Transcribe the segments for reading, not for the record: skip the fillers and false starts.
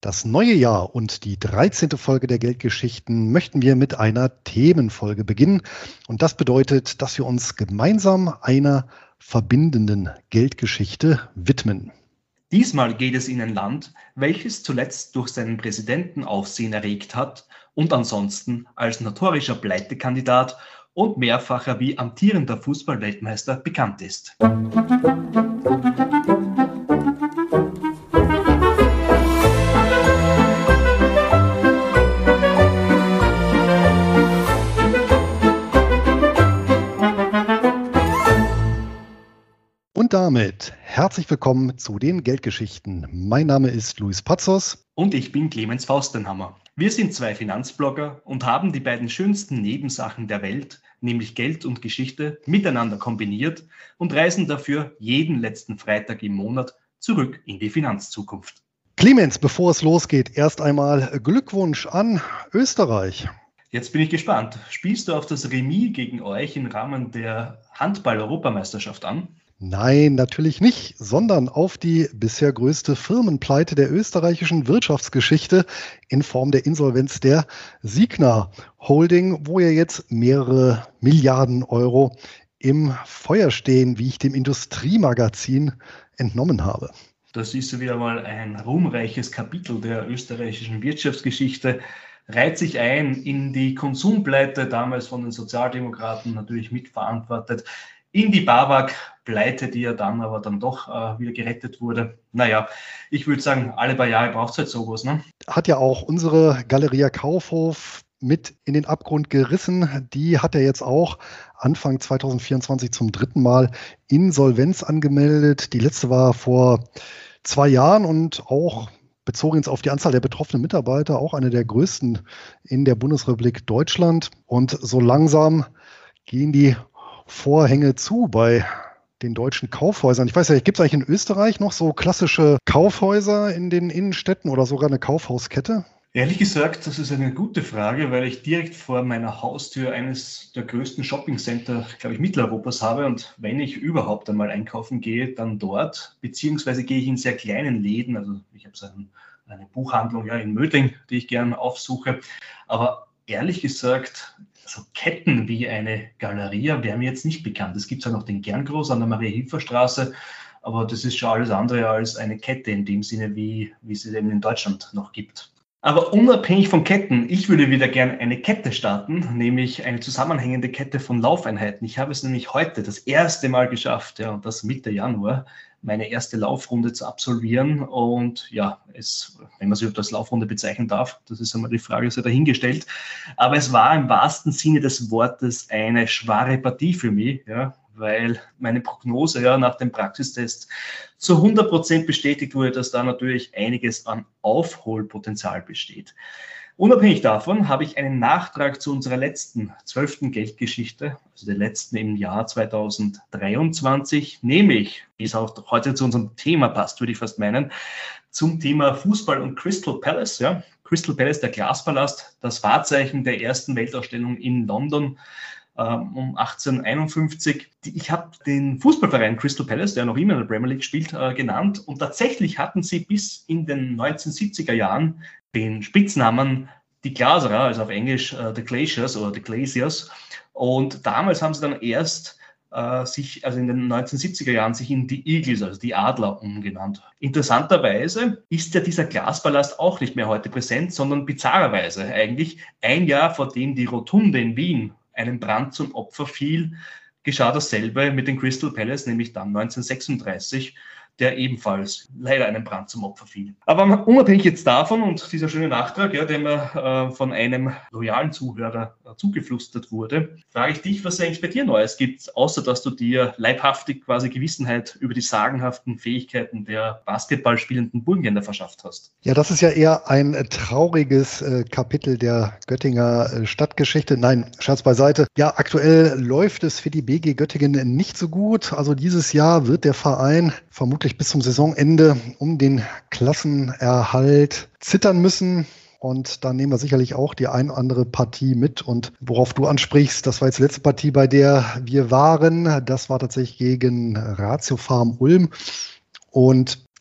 Das neue Jahr und die 13. Folge der Geldgeschichten möchten wir mit einer Themenfolge beginnen. Und das bedeutet, dass wir uns gemeinsam einer verbindenden Geldgeschichte widmen. Diesmal geht es in ein Land, welches zuletzt durch seinen Präsidenten Aufsehen erregt hat und ansonsten als notorischer Pleitekandidat und mehrfacher wie amtierender Fußballweltmeister bekannt ist. Und damit herzlich willkommen zu den Geldgeschichten. Mein Name ist Luis Pazos. Und ich bin Clemens Faustenhammer. Wir sind zwei Finanzblogger und haben die beiden schönsten Nebensachen der Welt, nämlich Geld und Geschichte, miteinander kombiniert und reisen dafür jeden letzten Freitag im Monat zurück in die Finanzzukunft. Clemens, bevor es losgeht, erst einmal Glückwunsch an Österreich. Jetzt bin ich gespannt. Spielst du auf das Remis gegen euch im Rahmen der Handball-Europameisterschaft an? Nein, natürlich nicht, sondern auf die bisher größte Firmenpleite der österreichischen Wirtschaftsgeschichte in Form der Insolvenz der Signa Holding, wo ja jetzt mehrere Milliarden Euro im Feuer stehen, wie ich dem Industriemagazin entnommen habe. Das ist wieder mal ein ruhmreiches Kapitel der österreichischen Wirtschaftsgeschichte. Reiht sich ein in die Konsumpleite, damals von den Sozialdemokraten natürlich mitverantwortet, in die BAWAG-Pleite, die ja dann aber doch wieder gerettet wurde. Naja, ich würde sagen, alle paar Jahre braucht es halt sowas, ne? Hat ja auch unsere Galeria Kaufhof mit in den Abgrund gerissen. Die hat ja jetzt auch Anfang 2024 zum dritten Mal Insolvenz angemeldet. Die letzte war vor 2 Jahren und auch bezogen jetzt auf die Anzahl der betroffenen Mitarbeiter, auch eine der größten in der Bundesrepublik Deutschland. Und so langsam gehen die Vorhänge zu bei den deutschen Kaufhäusern. Ich weiß ja, gibt es eigentlich in Österreich noch so klassische Kaufhäuser in den Innenstädten oder sogar eine Kaufhauskette? Ehrlich gesagt, das ist eine gute Frage, weil ich direkt vor meiner Haustür eines der größten Shoppingcenter, glaube ich, Mitteleuropas habe. Und wenn ich überhaupt einmal einkaufen gehe, dann dort, beziehungsweise gehe ich in sehr kleinen Läden. Also ich habe so eine Buchhandlung in Mödling, die ich gerne aufsuche. Aber ehrlich gesagt, so Ketten wie eine Galeria wäre mir jetzt nicht bekannt. Es gibt ja noch den Gerngroß an der Maria-Hilfer-Straße, aber das ist schon alles andere als eine Kette in dem Sinne, wie sie eben in Deutschland noch gibt. Aber unabhängig von Ketten, ich würde wieder gerne eine Kette starten, nämlich eine zusammenhängende Kette von Laufeinheiten. Ich habe es nämlich heute das erste Mal geschafft, und das Mitte Januar, meine erste Laufrunde zu absolvieren. Und ja, wenn man sie als Laufrunde bezeichnen darf, das ist einmal die Frage, so dahingestellt. Aber es war im wahrsten Sinne des Wortes eine schwere Partie für mich, weil meine Prognose nach dem Praxistest zu 100% bestätigt wurde, dass da natürlich einiges an Aufholpotenzial besteht. Unabhängig davon habe ich einen Nachtrag zu unserer letzten 12. Geldgeschichte, also der letzten im Jahr 2023, nämlich, wie es auch heute zu unserem Thema passt, würde ich fast meinen, zum Thema Fußball und Crystal Palace. Crystal Palace, der Glaspalast, das Wahrzeichen der ersten Weltausstellung in London um 1851. Ich habe den Fußballverein Crystal Palace, der noch immer in der Premier League spielt, genannt. Und tatsächlich hatten sie bis in den 1970er Jahren den Spitznamen die Glaserer, also auf Englisch The Glaciers oder The Glaciers. Und damals haben sie dann erst in den 1970er Jahren sich in die Eagles, also die Adler, umgenannt. Interessanterweise ist ja dieser Glaspalast auch nicht mehr heute präsent, sondern bizarrerweise eigentlich ein Jahr, vor dem die Rotunde in Wien einem Brand zum Opfer fiel, geschah dasselbe mit dem Crystal Palace, nämlich dann 1936, der ebenfalls leider einem Brand zum Opfer fiel. Aber unabhängig jetzt davon und dieser schöne Nachtrag, der mir von einem loyalen Zuhörer zugeflüstert wurde, frage ich dich, was es eigentlich bei dir Neues gibt, außer dass du dir leibhaftig quasi Gewissenheit über die sagenhaften Fähigkeiten der basketballspielenden Burgenländer verschafft hast. Ja, das ist ja eher ein trauriges Kapitel der Göttinger Stadtgeschichte. Nein, Scherz beiseite. Ja, aktuell läuft es für die BG Göttingen nicht so gut. Also dieses Jahr wird der Verein vermutlich bis zum Saisonende um den Klassenerhalt zittern müssen. Und da nehmen wir sicherlich auch die ein oder andere Partie mit. Und worauf du ansprichst, das war jetzt die letzte Partie, bei der wir waren. Das war tatsächlich gegen Ratio Farm Ulm. Und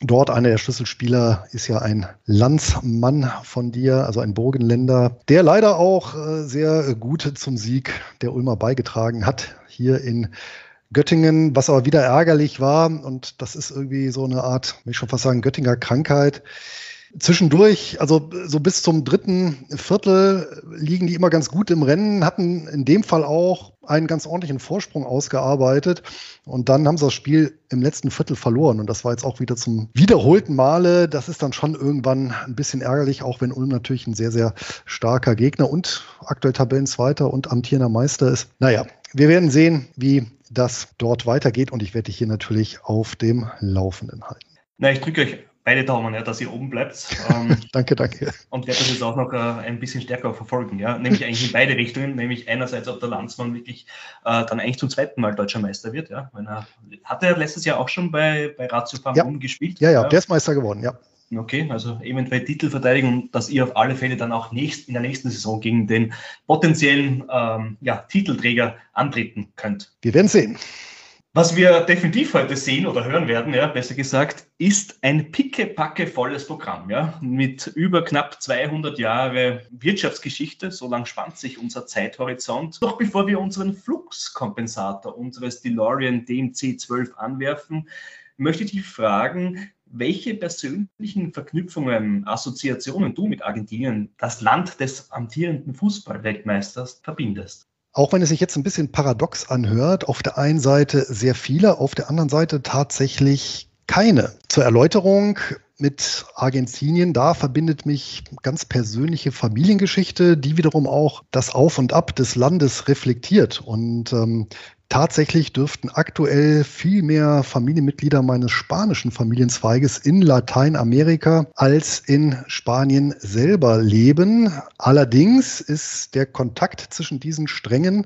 dort. Einer der Schlüsselspieler ist ja ein Landsmann von dir, also ein Burgenländer, der leider auch sehr gut zum Sieg der Ulmer beigetragen hat, hier in Göttingen, was aber wieder ärgerlich war. Und das ist irgendwie so eine Art, will ich schon fast sagen, Göttinger Krankheit. Zwischendurch, also so bis zum dritten Viertel liegen die immer ganz gut im Rennen, hatten in dem Fall auch einen ganz ordentlichen Vorsprung ausgearbeitet und dann haben sie das Spiel im letzten Viertel verloren und das war jetzt auch wieder zum wiederholten Male. Das ist dann schon irgendwann ein bisschen ärgerlich, auch wenn Ulm natürlich ein sehr, sehr starker Gegner und aktuell Tabellenzweiter und amtierender Meister ist. Naja, wir werden sehen, wie das dort weitergeht und ich werde dich hier natürlich auf dem Laufenden halten. Na, ich drücke euch beide Daumen, ja, dass ihr oben bleibt. Danke, danke. Und werde das jetzt auch noch ein bisschen stärker verfolgen. Ja? Nämlich eigentlich in beide Richtungen. Nämlich einerseits, ob der Landsmann wirklich dann eigentlich zum zweiten Mal deutscher Meister wird. Ja? Hat er letztes Jahr auch schon bei Ratio Farm gespielt? Ja, der ist Meister geworden, ja. Okay, also eventuell Titelverteidigung, dass ihr auf alle Fälle dann auch in der nächsten Saison gegen den potenziellen Titelträger antreten könnt. Wir werden sehen. Was wir definitiv heute sehen oder hören werden, ja, besser gesagt, ist ein pickepacke volles Programm, ja, mit über knapp 200 Jahre Wirtschaftsgeschichte. So lang spannt sich unser Zeithorizont. Doch bevor wir unseren Fluxkompensator unseres DeLorean DMC-12 anwerfen, möchte ich dich fragen, welche persönlichen Verknüpfungen, Assoziationen du mit Argentinien, das Land des amtierenden Fußballweltmeisters, verbindest? Auch wenn es sich jetzt ein bisschen paradox anhört, auf der einen Seite sehr viele, auf der anderen Seite tatsächlich keine. Zur Erläuterung mit Argentinien, da verbindet mich ganz persönliche Familiengeschichte, die wiederum auch das Auf und Ab des Landes reflektiert. Und tatsächlich dürften aktuell viel mehr Familienmitglieder meines spanischen Familienzweiges in Lateinamerika als in Spanien selber leben. Allerdings ist der Kontakt zwischen diesen Strängen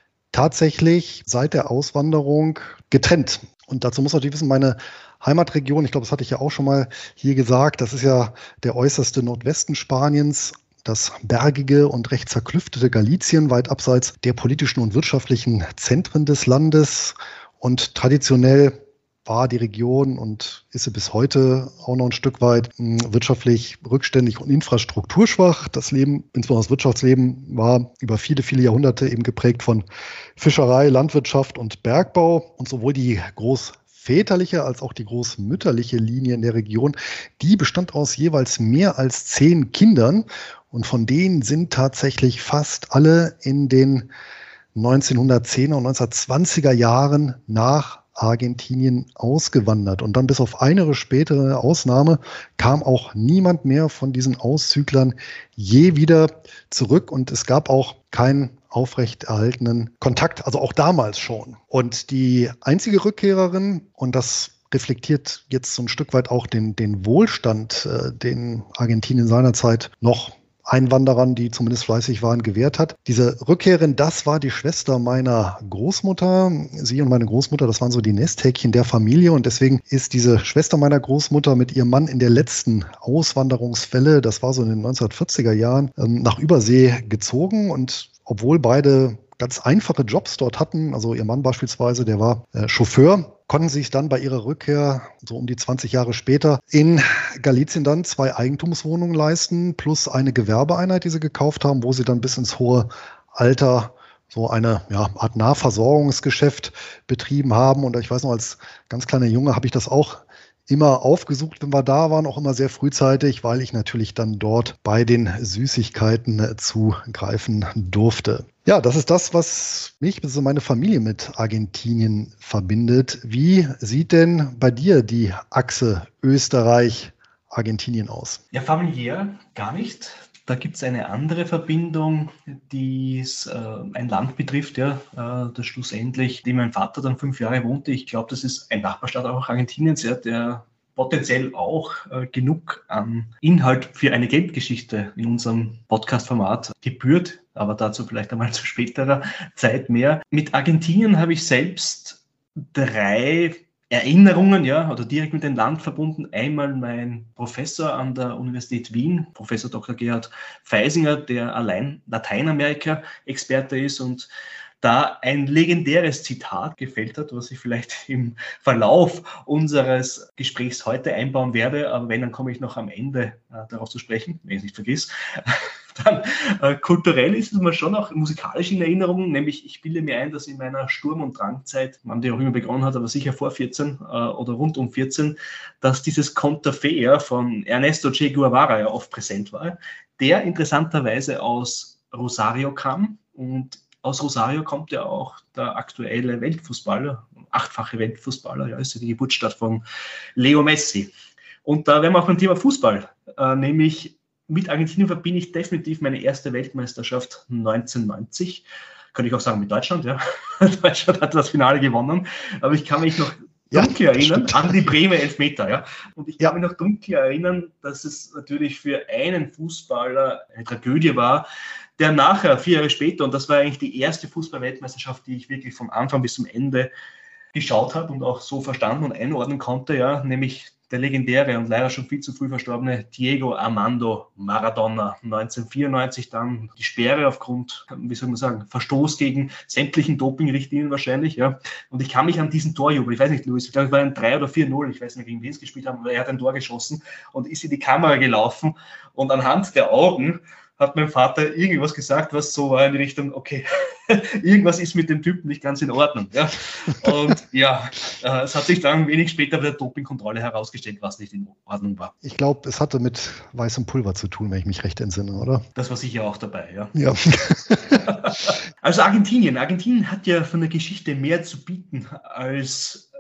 tatsächlich seit der Auswanderung getrennt. Und dazu muss man natürlich wissen, meine Heimatregion, ich glaube, das hatte ich ja auch schon mal hier gesagt, das ist ja der äußerste Nordwesten Spaniens. Das bergige und recht zerklüftete Galicien, weit abseits der politischen und wirtschaftlichen Zentren des Landes. Und traditionell war die Region und ist sie bis heute auch noch ein Stück weit wirtschaftlich rückständig und infrastrukturschwach. Das Leben, insbesondere das Wirtschaftsleben, war über viele, viele Jahrhunderte eben geprägt von Fischerei, Landwirtschaft und Bergbau. Und sowohl die großväterliche als auch die großmütterliche Linie in der Region, die bestand aus jeweils mehr als 10 Kindern. Und von denen sind tatsächlich fast alle in den 1910er und 1920er Jahren nach Argentinien ausgewandert. Und dann bis auf eine spätere Ausnahme kam auch niemand mehr von diesen Auszüglern je wieder zurück. Und es gab auch keinen aufrechterhaltenen Kontakt, also auch damals schon. Und die einzige Rückkehrerin, und das reflektiert jetzt so ein Stück weit auch den Wohlstand, den Argentinien seinerzeit noch Einwanderern, die zumindest fleißig waren, gewährt hat. Diese Rückkehrerin, das war die Schwester meiner Großmutter. Sie und meine Großmutter, das waren so die Nesthäkchen der Familie. Und deswegen ist diese Schwester meiner Großmutter mit ihrem Mann in der letzten Auswanderungswelle, das war so in den 1940er Jahren, nach Übersee gezogen. Und obwohl beide ganz einfache Jobs dort hatten, also ihr Mann beispielsweise, der war Chauffeur, konnten sich dann bei ihrer Rückkehr, so um die 20 Jahre später, in Galicien dann 2 Eigentumswohnungen leisten, plus eine Gewerbeeinheit, die sie gekauft haben, wo sie dann bis ins hohe Alter so eine Art Nahversorgungsgeschäft betrieben haben. Und ich weiß noch, als ganz kleiner Junge habe ich das auch immer aufgesucht, wenn wir da waren, auch immer sehr frühzeitig, weil ich natürlich dann dort bei den Süßigkeiten zugreifen durfte. Ja, das ist das, was mich bzw. meine Familie mit Argentinien verbindet. Wie sieht denn bei dir die Achse Österreich-Argentinien aus? Ja, familiär gar nicht. Da gibt es eine andere Verbindung, die ein Land betrifft, das schlussendlich, in dem mein Vater dann 5 Jahre wohnte. Ich glaube, das ist ein Nachbarstaat auch Argentiniens, der potenziell auch genug an Inhalt für eine Geldgeschichte in unserem Podcast-Format gebührt, aber dazu vielleicht einmal zu späterer Zeit mehr. Mit Argentinien habe ich selbst 3 Erinnerungen, oder direkt mit dem Land verbunden. Einmal mein Professor an der Universität Wien, Professor Dr. Gerhard Feisinger, der allein Lateinamerika-Experte ist und da ein legendäres Zitat gefällt hat, was ich vielleicht im Verlauf unseres Gesprächs heute einbauen werde. Aber wenn, dann komme ich noch am Ende darauf zu sprechen, wenn ich es nicht vergiss. Dann kulturell ist es mir schon auch musikalisch in Erinnerung, nämlich ich bilde mir ein, dass in meiner Sturm- und Drangzeit, wann die auch immer begonnen hat, aber sicher vor 14 oder rund um 14, dass dieses Conterfea von Ernesto Che Guevara ja oft präsent war, der interessanterweise aus Rosario kam, und aus Rosario kommt ja auch der aktuelle Weltfußballer, 8-fache Weltfußballer, ja, ist ja die Geburtsstadt von Leo Messi. Und da wären wir auch beim Thema Fußball, nämlich mit Argentinien verbinde ich definitiv meine erste Weltmeisterschaft 1990. Könnte ich auch sagen mit Deutschland, ja. Deutschland hat das Finale gewonnen, aber ich kann mich noch dunkel erinnern an die Bremer Elfmeter, ja. Und ich kann mich noch dunkel erinnern, dass es natürlich für einen Fußballer eine Tragödie war, der nachher, 4 Jahre später, und das war eigentlich die erste Fußball-Weltmeisterschaft, die ich wirklich vom Anfang bis zum Ende geschaut habe und auch so verstanden und einordnen konnte, ja, nämlich der legendäre und leider schon viel zu früh verstorbene Diego Armando Maradona. 1994 dann die Sperre aufgrund, wie soll man sagen, Verstoß gegen sämtlichen Dopingrichtlinien wahrscheinlich. Ja. Und ich kann mich an diesen Torjubel, ich weiß nicht, Luis, ich glaube, es war ein 3 oder 4-0, ich weiß nicht, gegen wen es gespielt haben, aber er hat ein Tor geschossen und ist in die Kamera gelaufen und anhand der Augen hat mein Vater irgendwas gesagt, was so war in die Richtung, okay, irgendwas ist mit dem Typen nicht ganz in Ordnung. Ja. Und ja, es hat sich dann wenig später bei der Dopingkontrolle herausgestellt, was nicht in Ordnung war. Ich glaube, es hatte mit weißem Pulver zu tun, wenn ich mich recht entsinne, oder? Das war sicher auch dabei, ja. Ja. Also Argentinien. Argentinien hat ja von der Geschichte mehr zu bieten als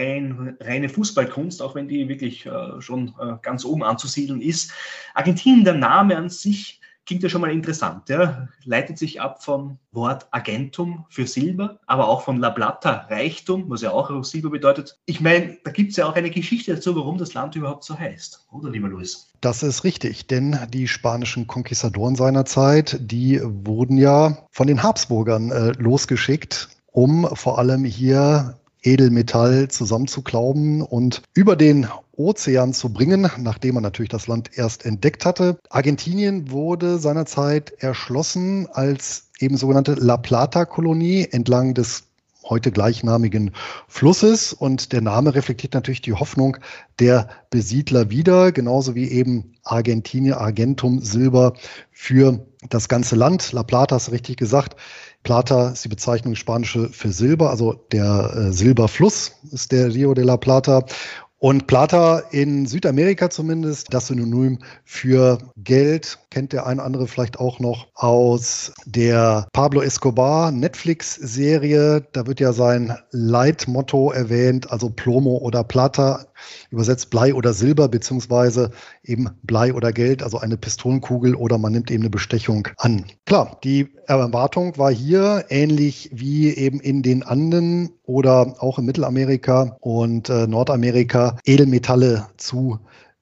reine Fußballkunst, auch wenn die wirklich schon ganz oben anzusiedeln ist. Argentinien, der Name an sich, klingt ja schon mal interessant, ja? Leitet sich ab vom Wort Argentum für Silber, aber auch von La Plata, Reichtum, was ja auch Silber bedeutet. Ich meine, da gibt es ja auch eine Geschichte dazu, warum das Land überhaupt so heißt, oder lieber Luis? Das ist richtig, denn die spanischen Konquistadoren seiner Zeit, die wurden ja von den Habsburgern losgeschickt, um vor allem hier Edelmetall zusammenzuklauben und über den Ozean zu bringen, nachdem man natürlich das Land erst entdeckt hatte. Argentinien wurde seinerzeit erschlossen als eben sogenannte La Plata-Kolonie entlang des heute gleichnamigen Flusses, und der Name reflektiert natürlich die Hoffnung der Besiedler wider, genauso wie eben Argentinien, Argentum, Silber für das ganze Land. La Plata ist richtig gesagt. Plata ist die Bezeichnung spanische für Silber, also der Silberfluss ist der Rio de la Plata. Und Plata in Südamerika zumindest, das Synonym für Geld, kennt der ein oder andere vielleicht auch noch aus der Pablo Escobar Netflix-Serie. Da wird ja sein Leitmotto erwähnt, also Plomo oder Plata, übersetzt Blei oder Silber, beziehungsweise eben Blei oder Geld, also eine Pistolenkugel, oder man nimmt eben eine Bestechung an. Klar, die Erwartung war hier ähnlich wie eben in den Anden oder auch in Mittelamerika und Nordamerika Edelmetalle zu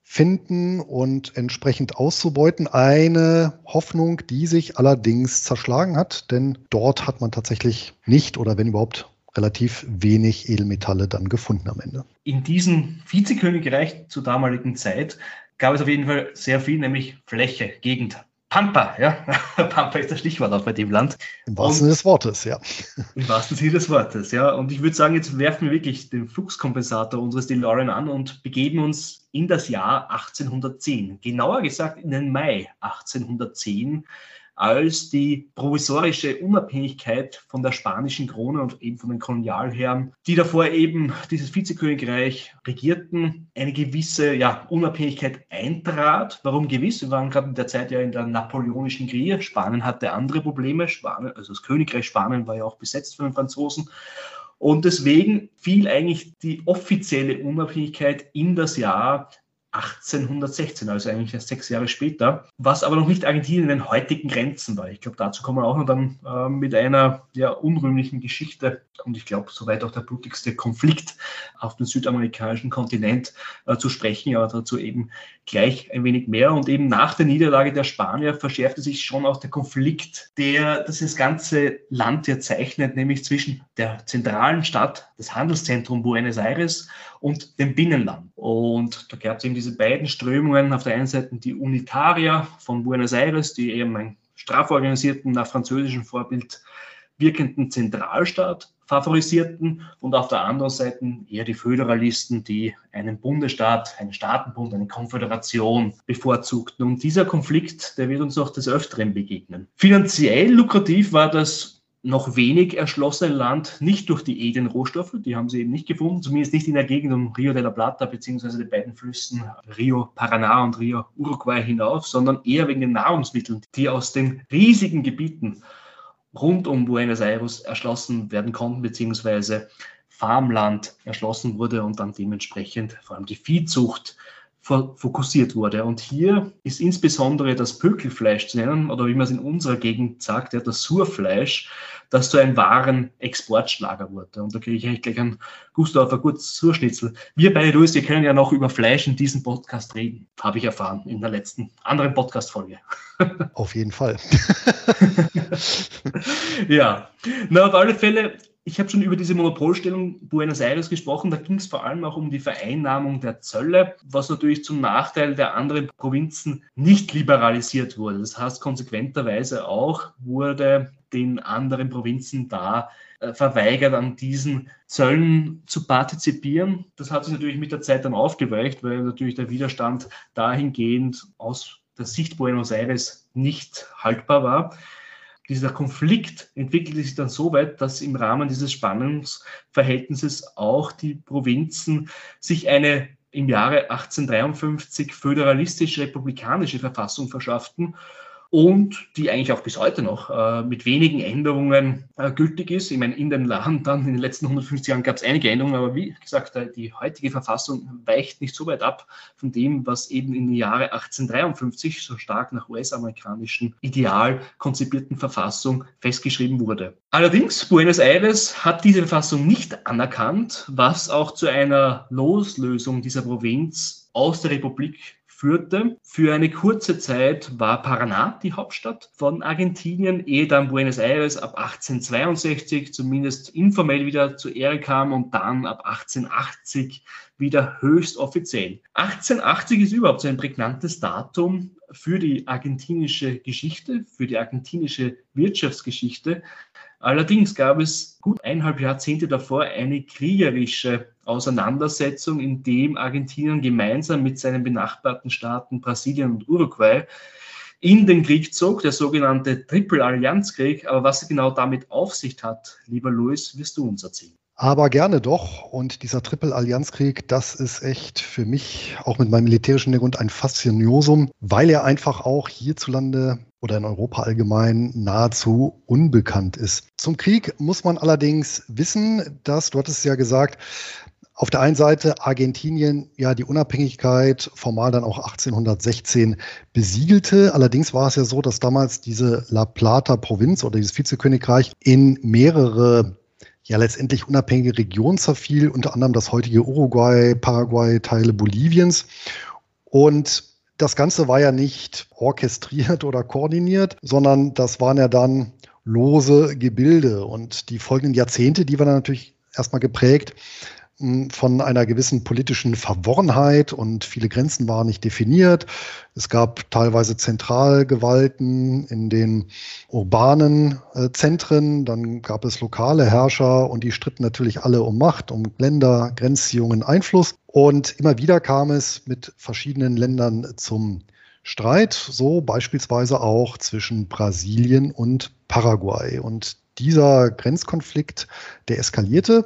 finden und entsprechend auszubeuten. Eine Hoffnung, die sich allerdings zerschlagen hat, denn dort hat man tatsächlich nicht oder wenn überhaupt relativ wenig Edelmetalle dann gefunden am Ende. In diesem Vizekönigreich zur damaligen Zeit gab es auf jeden Fall sehr viel, nämlich Fläche, Gegend. Pampa, ja. Pampa ist das Stichwort auch bei dem Land. Im wahrsten Sinne des Wortes, ja. Im wahrsten Sinne des Wortes, ja. Und ich würde sagen, jetzt werfen wir wirklich den Fluxkompensator unseres DeLorean an und begeben uns in das Jahr 1810. Genauer gesagt in den Mai 1810, als die provisorische Unabhängigkeit von der spanischen Krone und eben von den Kolonialherren, die davor eben dieses Vizekönigreich regierten, eine gewisse Unabhängigkeit eintrat. Warum gewiss? Wir waren gerade in der Zeit ja in der napoleonischen Kriege. Spanien hatte andere Probleme. Spanien, also das Königreich Spanien war ja auch besetzt von den Franzosen. Und deswegen fiel eigentlich die offizielle Unabhängigkeit in das Jahr 1816, also eigentlich erst 6 Jahre später, was aber noch nicht Argentinien in den heutigen Grenzen war. Ich glaube, dazu kommen wir auch noch dann mit einer unrühmlichen Geschichte und ich glaube, soweit auch der blutigste Konflikt auf dem südamerikanischen Kontinent zu sprechen, aber dazu eben gleich ein wenig mehr. Und eben nach der Niederlage der Spanier verschärfte sich schon auch der Konflikt, der das ganze Land ja zeichnet, nämlich zwischen der zentralen Stadt, das Handelszentrum Buenos Aires und dem Binnenland. Und da gab es eben diese beiden Strömungen. Auf der einen Seite die Unitarier von Buenos Aires, die eben einen straff organisierten, nach französischem Vorbild wirkenden Zentralstaat favorisierten und auf der anderen Seite eher die Föderalisten, die einen Bundesstaat, einen Staatenbund, eine Konföderation bevorzugten. Und dieser Konflikt, der wird uns noch des Öfteren begegnen. Finanziell lukrativ war das noch wenig erschlossene Land nicht durch die edlen Rohstoffe, die haben sie eben nicht gefunden, zumindest nicht in der Gegend um Rio de la Plata beziehungsweise die beiden Flüssen Rio Paraná und Rio Uruguay hinauf, sondern eher wegen den Nahrungsmitteln, die aus den riesigen Gebieten rund um Buenos Aires erschlossen werden konnten, beziehungsweise Farmland erschlossen wurde und dann dementsprechend vor allem die Viehzucht fokussiert wurde. Und hier ist insbesondere das Pökelfleisch zu nennen, oder wie man es in unserer Gegend sagt, ja, das Surfleisch, das zu einem wahren Exportschlager wurde. Und da kriege ich eigentlich gleich einen Gusto auf ein gutes Surschnitzel. Wir beide, Luis, wir können ja noch über Fleisch in diesem Podcast reden, habe ich erfahren in der letzten anderen Podcast-Folge. Auf jeden Fall. Ja, na, auf alle Fälle, ich habe schon über diese Monopolstellung Buenos Aires gesprochen. Da ging es vor allem auch um die Vereinnahmung der Zölle, was natürlich zum Nachteil der anderen Provinzen nicht liberalisiert wurde. Das heißt, konsequenterweise auch wurde den anderen Provinzen da verweigert, an diesen Zöllen zu partizipieren. Das hat sich natürlich mit der Zeit dann aufgeweicht, weil natürlich der Widerstand dahingehend aus der Sicht Buenos Aires nicht haltbar war. Dieser Konflikt entwickelte sich dann so weit, dass im Rahmen dieses Spannungsverhältnisses auch die Provinzen sich eine im Jahre 1853 föderalistisch-republikanische Verfassung verschafften und die eigentlich auch bis heute noch mit wenigen Änderungen gültig ist. Ich meine, in den Land dann in den letzten 150 Jahren gab es einige Änderungen, aber wie gesagt, die heutige Verfassung weicht nicht so weit ab von dem, was eben im Jahre 1853 so stark nach US-amerikanischen Ideal konzipierten Verfassung festgeschrieben wurde. Allerdings, Buenos Aires hat diese Verfassung nicht anerkannt, was auch zu einer Loslösung dieser Provinz aus der Republik führte. Für eine kurze Zeit war Paraná die Hauptstadt von Argentinien, ehe dann Buenos Aires ab 1862 zumindest informell wieder zur Ehre kam und dann ab 1880 wieder höchst offiziell. 1880 ist überhaupt so ein prägnantes Datum für die argentinische Geschichte, für die argentinische Wirtschaftsgeschichte. Allerdings gab es gut 1,5 Jahrzehnte davor eine kriegerische Auseinandersetzung, in dem Argentinien gemeinsam mit seinen benachbarten Staaten Brasilien und Uruguay in den Krieg zog, der sogenannte Triple-Allianz-Krieg. Aber was er genau damit auf sich hat, lieber Luis, wirst du uns erzählen. Aber gerne doch. Und dieser Triple-Allianz-Krieg, das ist echt für mich, auch mit meinem militärischen Hintergrund, ein Faszinosum, weil er einfach auch hierzulande oder in Europa allgemein nahezu unbekannt ist. Zum Krieg muss man allerdings wissen, dass, du hattest es ja gesagt, auf der einen Seite Argentinien ja die Unabhängigkeit formal dann auch 1816 besiegelte. Allerdings war es ja so, dass damals diese La Plata-Provinz oder dieses Vizekönigreich in mehrere letztendlich unabhängige Regionen zerfiel, unter anderem das heutige Uruguay, Paraguay, Teile Boliviens. Und das Ganze war ja nicht orchestriert oder koordiniert, sondern das waren ja dann lose Gebilde. Und die folgenden Jahrzehnte, die waren dann natürlich erstmal geprägt von einer gewissen politischen Verworrenheit und viele Grenzen waren nicht definiert. Es gab teilweise Zentralgewalten in den urbanen Zentren, dann gab es lokale Herrscher und die stritten natürlich alle um Macht, um Länder, Grenzziehungen, Einfluss. Und immer wieder kam es mit verschiedenen Ländern zum Streit, so beispielsweise auch zwischen Brasilien und Paraguay. Und dieser Grenzkonflikt, der eskalierte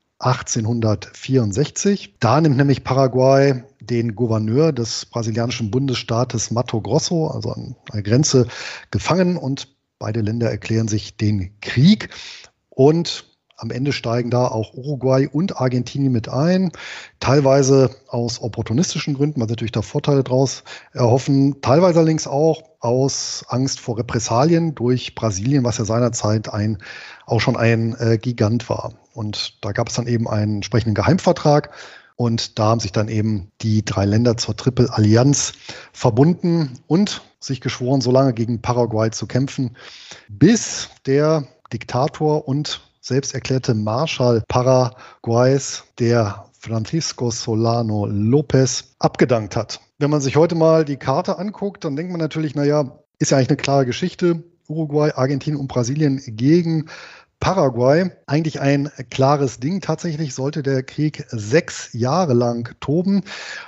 1864. Da nimmt nämlich Paraguay den Gouverneur des brasilianischen Bundesstaates Mato Grosso, also an der Grenze, gefangen und beide Länder erklären sich den Krieg. Und am Ende steigen da auch Uruguay und Argentinien mit ein, teilweise aus opportunistischen Gründen, weil sie natürlich da Vorteile draus erhoffen, teilweise allerdings auch aus Angst vor Repressalien durch Brasilien, was ja seinerzeit auch schon ein Gigant war. Und da gab es dann eben einen entsprechenden Geheimvertrag und da haben sich dann eben die 3 Länder zur Triple-Allianz verbunden und sich geschworen, so lange gegen Paraguay zu kämpfen, bis der Diktator und selbst erklärte Marschall Paraguays, der Francisco Solano López, abgedankt hat. Wenn man sich heute mal die Karte anguckt, dann denkt man natürlich, naja, ist ja eigentlich eine klare Geschichte. Uruguay, Argentinien und Brasilien gegen Paraguay. Eigentlich ein klares Ding. Tatsächlich sollte der Krieg 6 Jahre lang toben.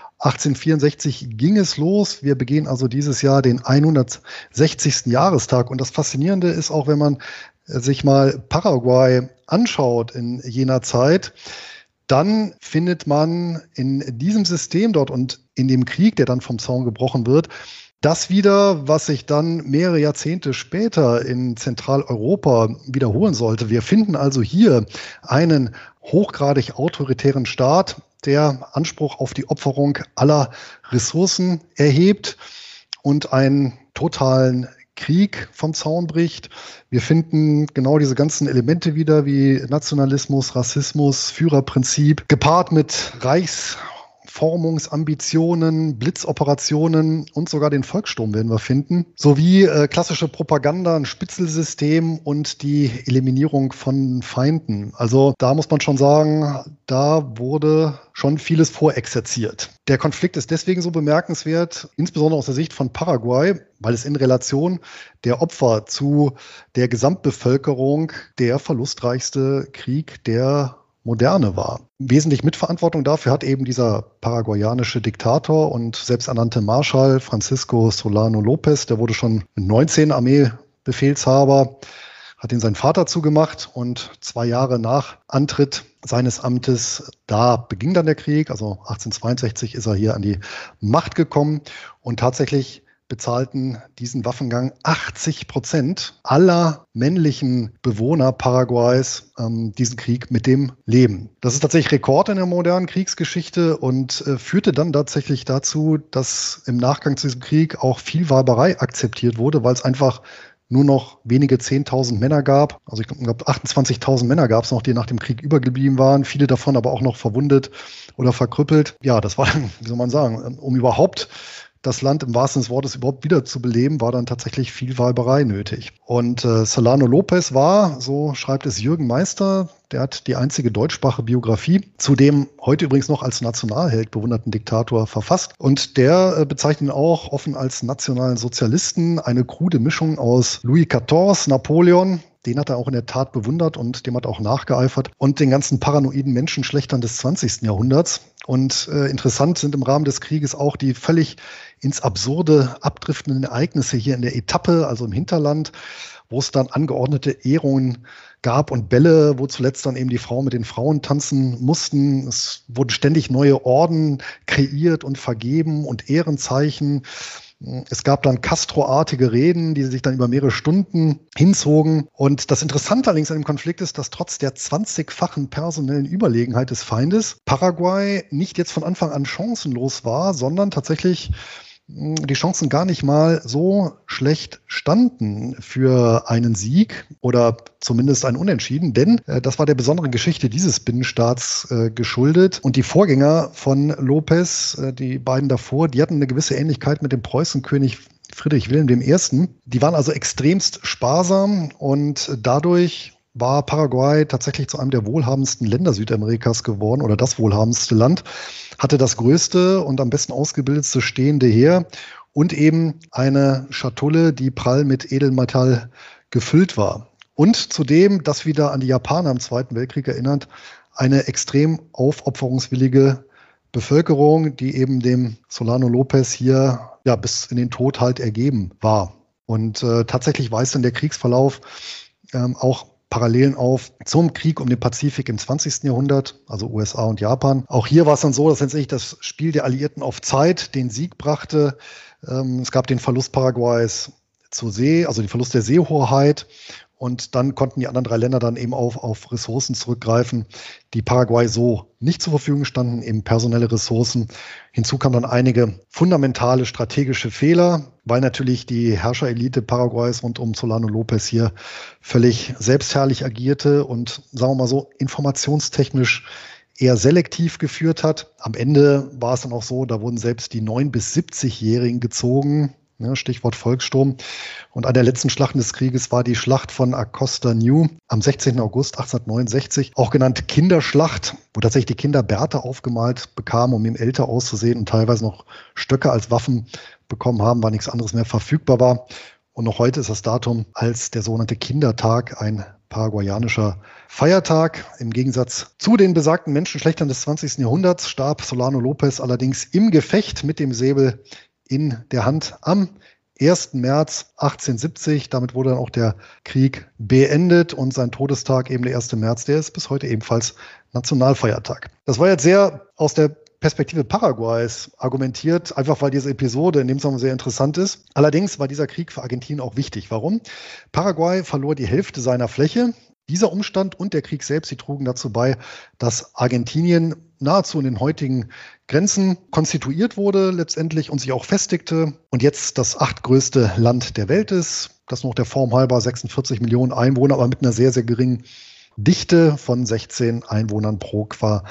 1864 ging es los. Wir begehen also dieses Jahr den 160. Jahrestag. Und das Faszinierende ist auch, wenn man sich mal Paraguay anschaut in jener Zeit, dann findet man in diesem System dort und in dem Krieg, der dann vom Zaun gebrochen wird, das wieder, was sich dann mehrere Jahrzehnte später in Zentraleuropa wiederholen sollte. Wir finden also hier einen hochgradig autoritären Staat, der Anspruch auf die Opferung aller Ressourcen erhebt und einen totalen Krieg vom Zaun bricht. Wir finden genau diese ganzen Elemente wieder wie Nationalismus, Rassismus, Führerprinzip, gepaart mit Reichsformungsambitionen, Blitzoperationen und sogar den Volkssturm werden wir finden, sowie klassische Propaganda, ein Spitzelsystem und die Eliminierung von Feinden. Also da muss man schon sagen, da wurde schon vieles vorexerziert. Der Konflikt ist deswegen so bemerkenswert, insbesondere aus der Sicht von Paraguay, weil es in Relation der Opfer zu der Gesamtbevölkerung der verlustreichste Krieg der Moderne war. Wesentlich Mitverantwortung dafür hat eben dieser paraguayanische Diktator und selbsternannte Marschall Francisco Solano López. Der wurde schon mit 19 Armeebefehlshaber, hat ihn sein Vater zugemacht und 2 Jahre nach Antritt seines Amtes, da beging dann der Krieg. Also 1862 ist er hier an die Macht gekommen und tatsächlich bezahlten diesen Waffengang 80% aller männlichen Bewohner Paraguays diesen Krieg mit dem Leben. Das ist tatsächlich Rekord in der modernen Kriegsgeschichte und führte dann tatsächlich dazu, dass im Nachgang zu diesem Krieg auch Vielweiberei akzeptiert wurde, weil es einfach nur noch wenige 10.000 Männer gab. Also ich glaube 28.000 Männer gab es noch, die nach dem Krieg übergeblieben waren, viele davon aber auch noch verwundet oder verkrüppelt. Ja, das war, wie soll man sagen, um überhaupt das Land im wahrsten Sinne des Wortes überhaupt wieder zu beleben, war dann tatsächlich viel Weiberei nötig. Und Solano López war, so schreibt es Jürgen Meister, der hat die einzige deutschsprachige Biografie zu dem heute übrigens noch als Nationalheld bewunderten Diktator verfasst. Und der bezeichnet ihn auch offen als nationalen Sozialisten, eine krude Mischung aus Louis XIV, Napoleon, den hat er auch in der Tat bewundert und dem hat er auch nachgeeifert, und den ganzen paranoiden Menschenschlechtern des 20. Jahrhunderts. Und interessant sind im Rahmen des Krieges auch die völlig ins Absurde abdriftenden Ereignisse hier in der Etappe, also im Hinterland, wo es dann angeordnete Ehrungen gab und Bälle, wo zuletzt dann eben die Frauen mit den Frauen tanzen mussten. Es wurden ständig neue Orden kreiert und vergeben und Ehrenzeichen. Es gab dann Castro-artige Reden, die sich dann über mehrere Stunden hinzogen. Und das Interessante allerdings an dem Konflikt ist, dass trotz der 20-fachen personellen Überlegenheit des Feindes Paraguay nicht jetzt von Anfang an chancenlos war, sondern tatsächlich die Chancen gar nicht mal so schlecht standen für einen Sieg oder zumindest ein Unentschieden, denn das war der besonderen Geschichte dieses Binnenstaats geschuldet. Und die Vorgänger von López, die beiden davor, die hatten eine gewisse Ähnlichkeit mit dem Preußenkönig Friedrich Wilhelm I. Die waren also extremst sparsam und dadurch war Paraguay tatsächlich zu einem der wohlhabendsten Länder Südamerikas geworden oder das wohlhabendste Land, hatte das größte und am besten ausgebildetste stehende Heer und eben eine Schatulle, die prall mit Edelmetall gefüllt war. Und zudem, das wieder an die Japaner im Zweiten Weltkrieg erinnert, eine extrem aufopferungswillige Bevölkerung, die eben dem Solano López hier ja bis in den Tod halt ergeben war. Und tatsächlich weist dann der Kriegsverlauf auch Parallelen auf zum Krieg um den Pazifik im 20. Jahrhundert, also USA und Japan. Auch hier war es dann so, dass letztendlich das Spiel der Alliierten auf Zeit den Sieg brachte. Es gab den Verlust Paraguays zur See, also den Verlust der Seehoheit. Und dann konnten die anderen 3 Länder dann eben auf Ressourcen zurückgreifen, die Paraguay so nicht zur Verfügung standen, eben personelle Ressourcen. Hinzu kamen dann einige fundamentale strategische Fehler, weil natürlich die Herrscherelite Paraguays rund um Solano López hier völlig selbstherrlich agierte und, sagen wir mal so, informationstechnisch eher selektiv geführt hat. Am Ende war es dann auch so, da wurden selbst die 9- bis 70-Jährigen gezogen. Stichwort Volkssturm. Und an der letzten Schlacht des Krieges war die Schlacht von Acosta New am 16. August 1869, auch genannt Kinderschlacht, wo tatsächlich die Kinder Bärte aufgemalt bekamen, um eben älter auszusehen und teilweise noch Stöcke als Waffen bekommen haben, weil nichts anderes mehr verfügbar war. Und noch heute ist das Datum als der sogenannte Kindertag ein paraguayanischer Feiertag. Im Gegensatz zu den besagten Menschenschlechtern des 20. Jahrhunderts starb Solano Lopez allerdings im Gefecht mit dem Säbel in der Hand am 1. März 1870. Damit wurde dann auch der Krieg beendet und sein Todestag, eben der 1. März, der ist bis heute ebenfalls Nationalfeiertag. Das war jetzt sehr aus der Perspektive Paraguays argumentiert, einfach weil diese Episode in dem Sommer sehr interessant ist. Allerdings war dieser Krieg für Argentinien auch wichtig. Warum? Paraguay verlor die Hälfte seiner Fläche. Dieser Umstand und der Krieg selbst, die trugen dazu bei, dass Argentinien nahezu in den heutigen Grenzen konstituiert wurde letztendlich und sich auch festigte und jetzt das 8. größte Land der Welt ist. Das noch der Form halber, 46 Millionen Einwohner, aber mit einer sehr, sehr geringen Dichte von 16 Einwohnern pro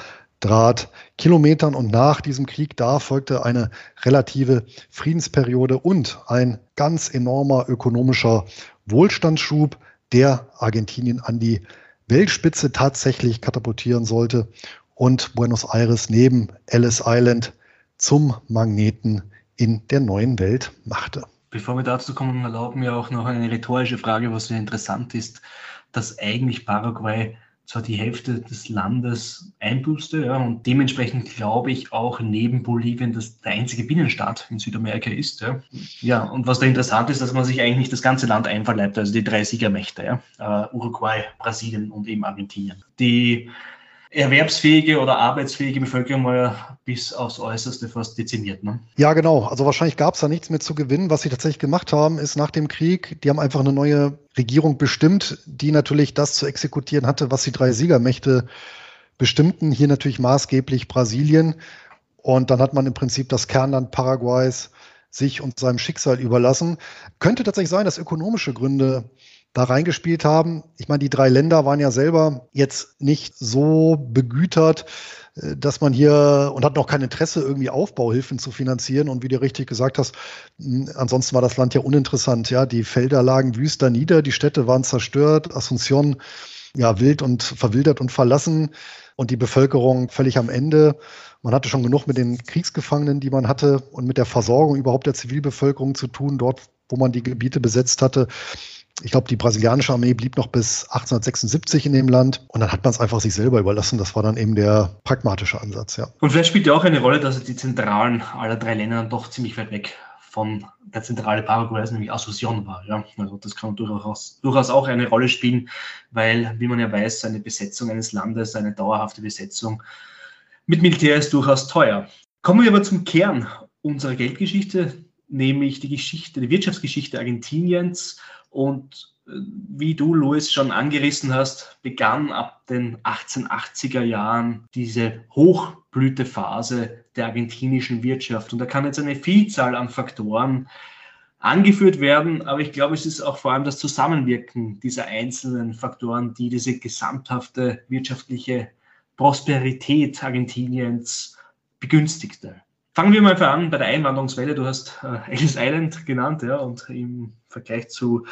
Quadratkilometern. Und nach diesem Krieg, da folgte eine relative Friedensperiode und ein ganz enormer ökonomischer Wohlstandsschub, der Argentinien an die Weltspitze tatsächlich katapultieren sollte und Buenos Aires neben Ellis Island zum Magneten in der neuen Welt machte. Bevor wir dazu kommen, erlauben wir auch noch eine rhetorische Frage, was sehr interessant ist, dass eigentlich Paraguay zwar die Hälfte des Landes einbüßte, ja, und dementsprechend glaube ich auch neben Bolivien das der einzige Binnenstaat in Südamerika ist. Ja. Ja, und was da interessant ist, dass man sich eigentlich nicht das ganze Land einverleibt, also die 3 Siegermächte, ja, Uruguay, Brasilien und eben Argentinien. Die erwerbsfähige oder arbeitsfähige Bevölkerung war ja bis aufs Äußerste fast dezimiert. Ne? Ja, genau. Also wahrscheinlich gab es da nichts mehr zu gewinnen. Was sie tatsächlich gemacht haben, ist nach dem Krieg, die haben einfach eine neue Regierung bestimmt, die natürlich das zu exekutieren hatte, was die 3 Siegermächte bestimmten. Hier natürlich maßgeblich Brasilien. Und dann hat man im Prinzip das Kernland Paraguays sich und seinem Schicksal überlassen. Könnte tatsächlich sein, dass ökonomische Gründe da reingespielt haben. Ich meine, die 3 Länder waren ja selber jetzt nicht so begütert, dass man hier und hatten auch kein Interesse, irgendwie Aufbauhilfen zu finanzieren. Und wie du richtig gesagt hast, ansonsten war das Land ja uninteressant. Ja, die Felder lagen wüst nieder, die Städte waren zerstört, Asunción ja wild und verwildert und verlassen und die Bevölkerung völlig am Ende. Man hatte schon genug mit den Kriegsgefangenen, die man hatte, und mit der Versorgung überhaupt der Zivilbevölkerung zu tun, dort, wo man die Gebiete besetzt hatte. Ich glaube, die brasilianische Armee blieb noch bis 1876 in dem Land und dann hat man es einfach sich selber überlassen. Das war dann eben der pragmatische Ansatz, ja. Und vielleicht spielt ja auch eine Rolle, dass die Zentralen aller 3 Länder doch ziemlich weit weg von der Zentrale Paraguays, nämlich Asunción war. Ja. Also das kann durchaus auch eine Rolle spielen, weil, wie man ja weiß, eine Besetzung eines Landes, eine dauerhafte Besetzung mit Militär ist durchaus teuer. Kommen wir aber zum Kern unserer Geldgeschichte, nämlich die Wirtschaftsgeschichte Argentiniens. Und wie du, Luis, schon angerissen hast, begann ab den 1880er Jahren diese Hochblütephase der argentinischen Wirtschaft. Und da kann jetzt eine Vielzahl an Faktoren angeführt werden, aber ich glaube, es ist auch vor allem das Zusammenwirken dieser einzelnen Faktoren, die diese gesamthafte wirtschaftliche Prosperität Argentiniens begünstigte. Fangen wir mal an bei der Einwanderungswelle. Du hast Ellis Island genannt, ja, und im Vergleich zu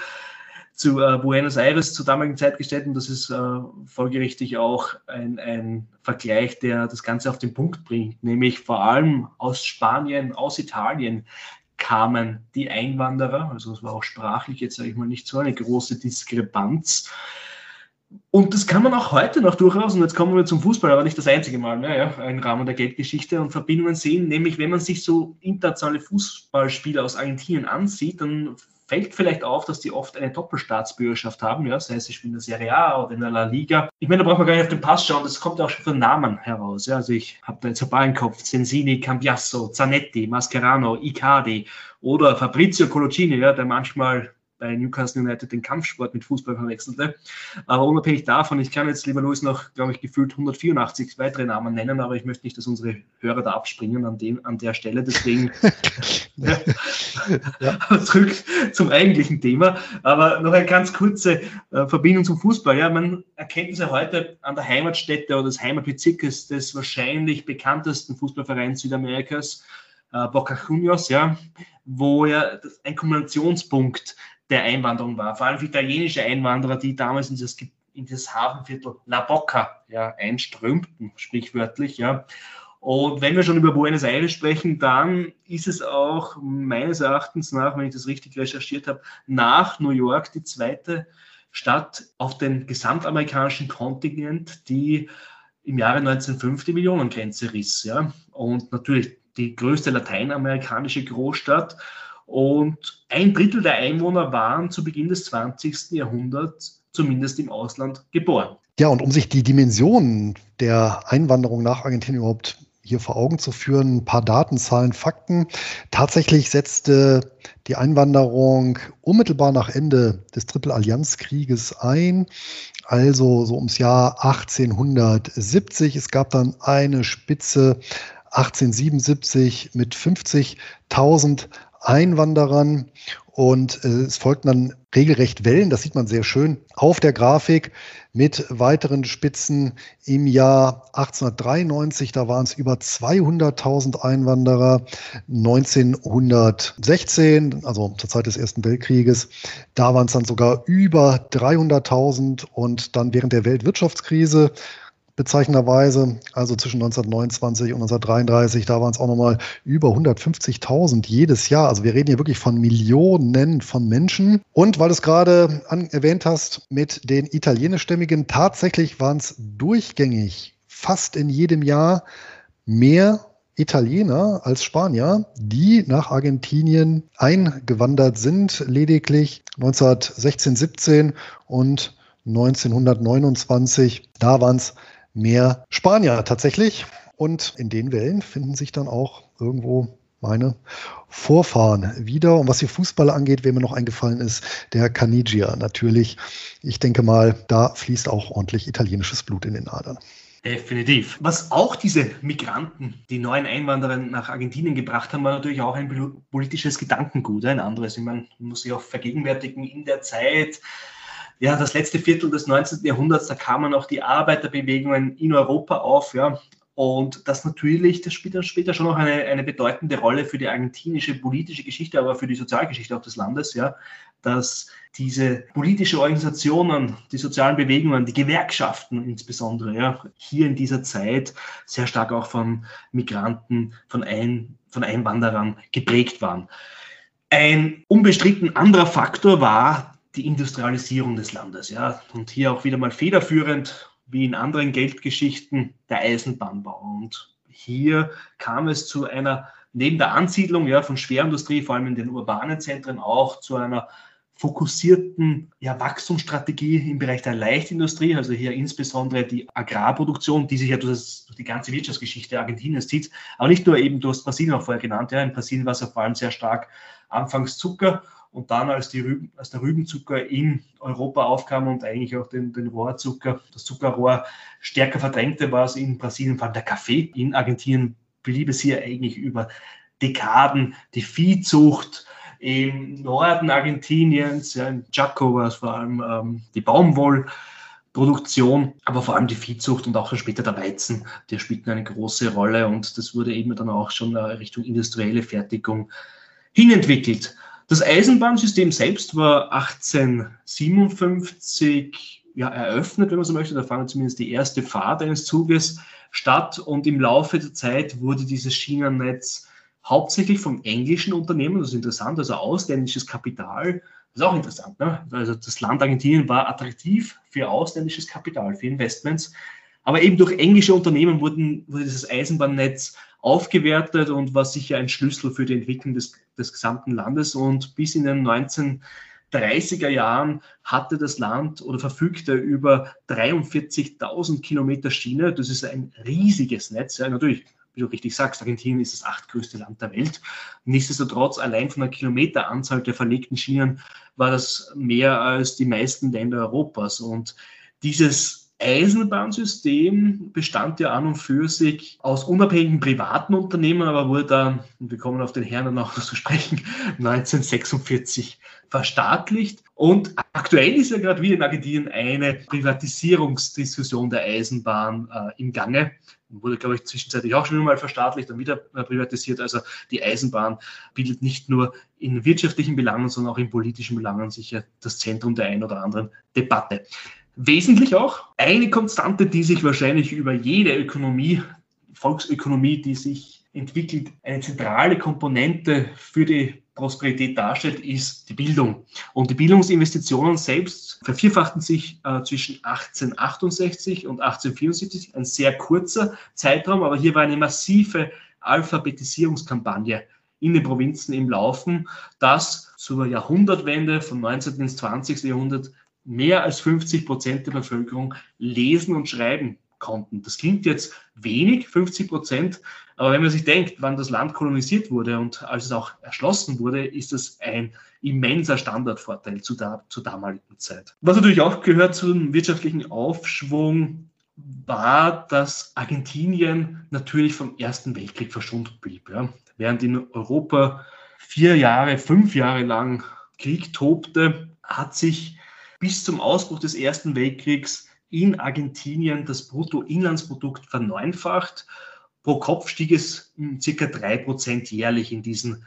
Buenos Aires zur damaligen Zeit gestellt. Und das ist folgerichtig auch ein Vergleich, der das Ganze auf den Punkt bringt. Nämlich vor allem aus Spanien, aus Italien kamen die Einwanderer. Also es war auch sprachlich jetzt, sage ich mal, nicht so eine große Diskrepanz. Und das kann man auch heute noch durchaus, und jetzt kommen wir zum Fußball, aber nicht das einzige Mal mehr, ja, im Rahmen der Geldgeschichte und Verbindungen sehen, nämlich wenn man sich so internationale Fußballspieler aus Argentinien ansieht, dann fällt vielleicht auf, dass die oft eine Doppelstaatsbürgerschaft haben, ja, sei es sie spielen in der Serie A oder in der La Liga. Ich meine, da braucht man gar nicht auf den Pass schauen, das kommt auch schon von Namen heraus. Ja. Also ich habe da jetzt ein paar im Kopf, Sensini, Cambiasso, Zanetti, Mascherano, Icardi oder Fabrizio Coloccini, ja, der manchmal bei Newcastle United den Kampfsport mit Fußball verwechselte. Aber unabhängig davon, ich kann jetzt, lieber Luis, noch, glaube ich, gefühlt 184 weitere Namen nennen, aber ich möchte nicht, dass unsere Hörer da abspringen an der Stelle. Deswegen zurück zum eigentlichen Thema. Aber noch eine ganz kurze Verbindung zum Fußball. Ja, man erkennt es ja heute an der Heimatstätte oder des Heimatbezirkes des wahrscheinlich bekanntesten Fußballvereins Südamerikas, Boca Juniors, ja, wo ja ein Kumulationspunkt der Einwanderung war. Vor allem für italienische Einwanderer, die damals in das Hafenviertel La Boca ja, einströmten, sprichwörtlich. Ja. Und wenn wir schon über Buenos Aires sprechen, dann ist es auch meines Erachtens nach, wenn ich das richtig recherchiert habe, nach New York die zweite statt auf den gesamtamerikanischen Kontinent, die im Jahre 1905 die Millionengrenze riss. Ja? Und natürlich die größte lateinamerikanische Großstadt. Und 1/3 der Einwohner waren zu Beginn des 20. Jahrhunderts zumindest im Ausland geboren. Ja, und um sich die Dimensionen der Einwanderung nach Argentinien überhaupt hier vor Augen zu führen, ein paar Daten, Zahlen, Fakten. Tatsächlich setzte die Einwanderung unmittelbar nach Ende des Tripelallianzkrieges ein, also so ums Jahr 1870. Es gab dann eine Spitze 1877 mit 50.000 Einwanderern und es folgten dann regelrecht Wellen, das sieht man sehr schön auf der Grafik, mit weiteren Spitzen im Jahr 1893, da waren es über 200.000 Einwanderer, 1916, also zur Zeit des Ersten Weltkrieges, da waren es dann sogar über 300.000 und dann während der Weltwirtschaftskrise bezeichnenderweise, also zwischen 1929 und 1933, da waren es auch nochmal über 150.000 jedes Jahr. Also wir reden hier wirklich von Millionen von Menschen. Und weil du es gerade erwähnt hast mit den italienischstämmigen, tatsächlich waren es durchgängig fast in jedem Jahr mehr Italiener als Spanier, die nach Argentinien eingewandert sind, lediglich 1916, 17 und 1929, da waren es mehr Spanier tatsächlich. Und in den Wellen finden sich dann auch irgendwo meine Vorfahren wieder. Und was hier Fußball angeht, wer mir noch eingefallen ist, der Caniggia natürlich. Ich denke mal, da fließt auch ordentlich italienisches Blut in den Adern. Definitiv. Was auch diese Migranten, die neuen Einwanderer nach Argentinien gebracht haben, war natürlich auch ein politisches Gedankengut, ein anderes. Ich meine, man muss sich auch vergegenwärtigen, in der Zeit, ja, das letzte Viertel des 19. Jahrhunderts, da kamen auch die Arbeiterbewegungen in Europa auf, ja. Und das natürlich, das spielt dann später schon noch eine bedeutende Rolle für die argentinische politische Geschichte, aber für die Sozialgeschichte auch des Landes, ja, dass diese politische Organisationen, die sozialen Bewegungen, die Gewerkschaften insbesondere, ja, hier in dieser Zeit sehr stark auch von Migranten, von Einwanderern geprägt waren. Ein unbestritten anderer Faktor war die Industrialisierung des Landes, ja, und hier auch wieder mal federführend, wie in anderen Geldgeschichten, der Eisenbahnbau. Und hier kam es zu einer, neben der Ansiedlung, ja, von Schwerindustrie, vor allem in den urbanen Zentren, auch zu einer fokussierten, ja, Wachstumsstrategie im Bereich der Leichtindustrie, also hier insbesondere die Agrarproduktion, die sich ja durch die ganze Wirtschaftsgeschichte Argentiniens zieht, aber nicht nur eben, du hast Brasilien auch vorher genannt, ja, in Brasilien war es ja vor allem sehr stark anfangs Zucker und dann als der Rübenzucker in Europa aufkam und eigentlich auch den Rohrzucker, das Zuckerrohr stärker verdrängte, war es in Brasilien vor allem der Kaffee. In Argentinien blieb es hier eigentlich über Dekaden die Viehzucht. Im Norden Argentiniens, ja, in Chaco war es vor allem die Baumwollproduktion, aber vor allem die Viehzucht und auch später der Weizen, die spielten eine große Rolle und das wurde eben dann auch schon Richtung industrielle Fertigung hinentwickelt. Das Eisenbahnsystem selbst war 1857 eröffnet, wenn man so möchte. Da fand zumindest die erste Fahrt eines Zuges statt und im Laufe der Zeit wurde dieses Schienennetz hauptsächlich vom englischen Unternehmen, das ist interessant, also ausländisches Kapital, das ist auch interessant, ne? Also das Land Argentinien war attraktiv für ausländisches Kapital, für Investments, aber eben durch englische Unternehmen wurde dieses Eisenbahnnetz aufgewertet und war sicher ein Schlüssel für die Entwicklung des gesamten Landes. Und bis in den 1930er Jahren hatte das Land oder verfügte über 43.000 Kilometer Schiene. Das ist ein riesiges Netz. Ja, natürlich, wie du richtig sagst, Argentinien ist das 8. Land der Welt. Nichtsdestotrotz, allein von der Kilometeranzahl der verlegten Schienen war das mehr als die meisten Länder Europas. Und dieses Eisenbahnsystem bestand ja an und für sich aus unabhängigen privaten Unternehmen, aber wurde dann, und wir kommen auf den Herrn dann auch noch zu sprechen, 1946 verstaatlicht. Und aktuell ist ja gerade wieder in Argentinien eine Privatisierungsdiskussion der Eisenbahn im Gange. Wurde, glaube ich, zwischenzeitlich auch schon mal verstaatlicht und wieder privatisiert. Also die Eisenbahn bildet nicht nur in wirtschaftlichen Belangen, sondern auch in politischen Belangen sicher das Zentrum der ein oder anderen Debatte. Wesentlich auch eine Konstante, die sich wahrscheinlich über jede Ökonomie, Volksökonomie, die sich entwickelt, eine zentrale Komponente für die Prosperität darstellt, ist die Bildung. Und die Bildungsinvestitionen selbst vervierfachten sich zwischen 1868 und 1874, ein sehr kurzer Zeitraum, aber hier war eine massive Alphabetisierungskampagne in den Provinzen im Laufen, dass zur Jahrhundertwende vom 19. ins 20. Jahrhundert mehr als 50% der Bevölkerung lesen und schreiben konnten. Das klingt jetzt wenig, 50%, aber wenn man sich denkt, wann das Land kolonisiert wurde und als es auch erschlossen wurde, ist das ein immenser Standortvorteil zur damaligen Zeit. Was natürlich auch gehört zum wirtschaftlichen Aufschwung, war, dass Argentinien natürlich vom Ersten Weltkrieg verschont blieb. Ja. Während in Europa 5 Jahre lang Krieg tobte, hat sich bis zum Ausbruch des Ersten Weltkriegs in Argentinien das Bruttoinlandsprodukt verneunfacht. Pro Kopf stieg es ca. 3% jährlich in diesen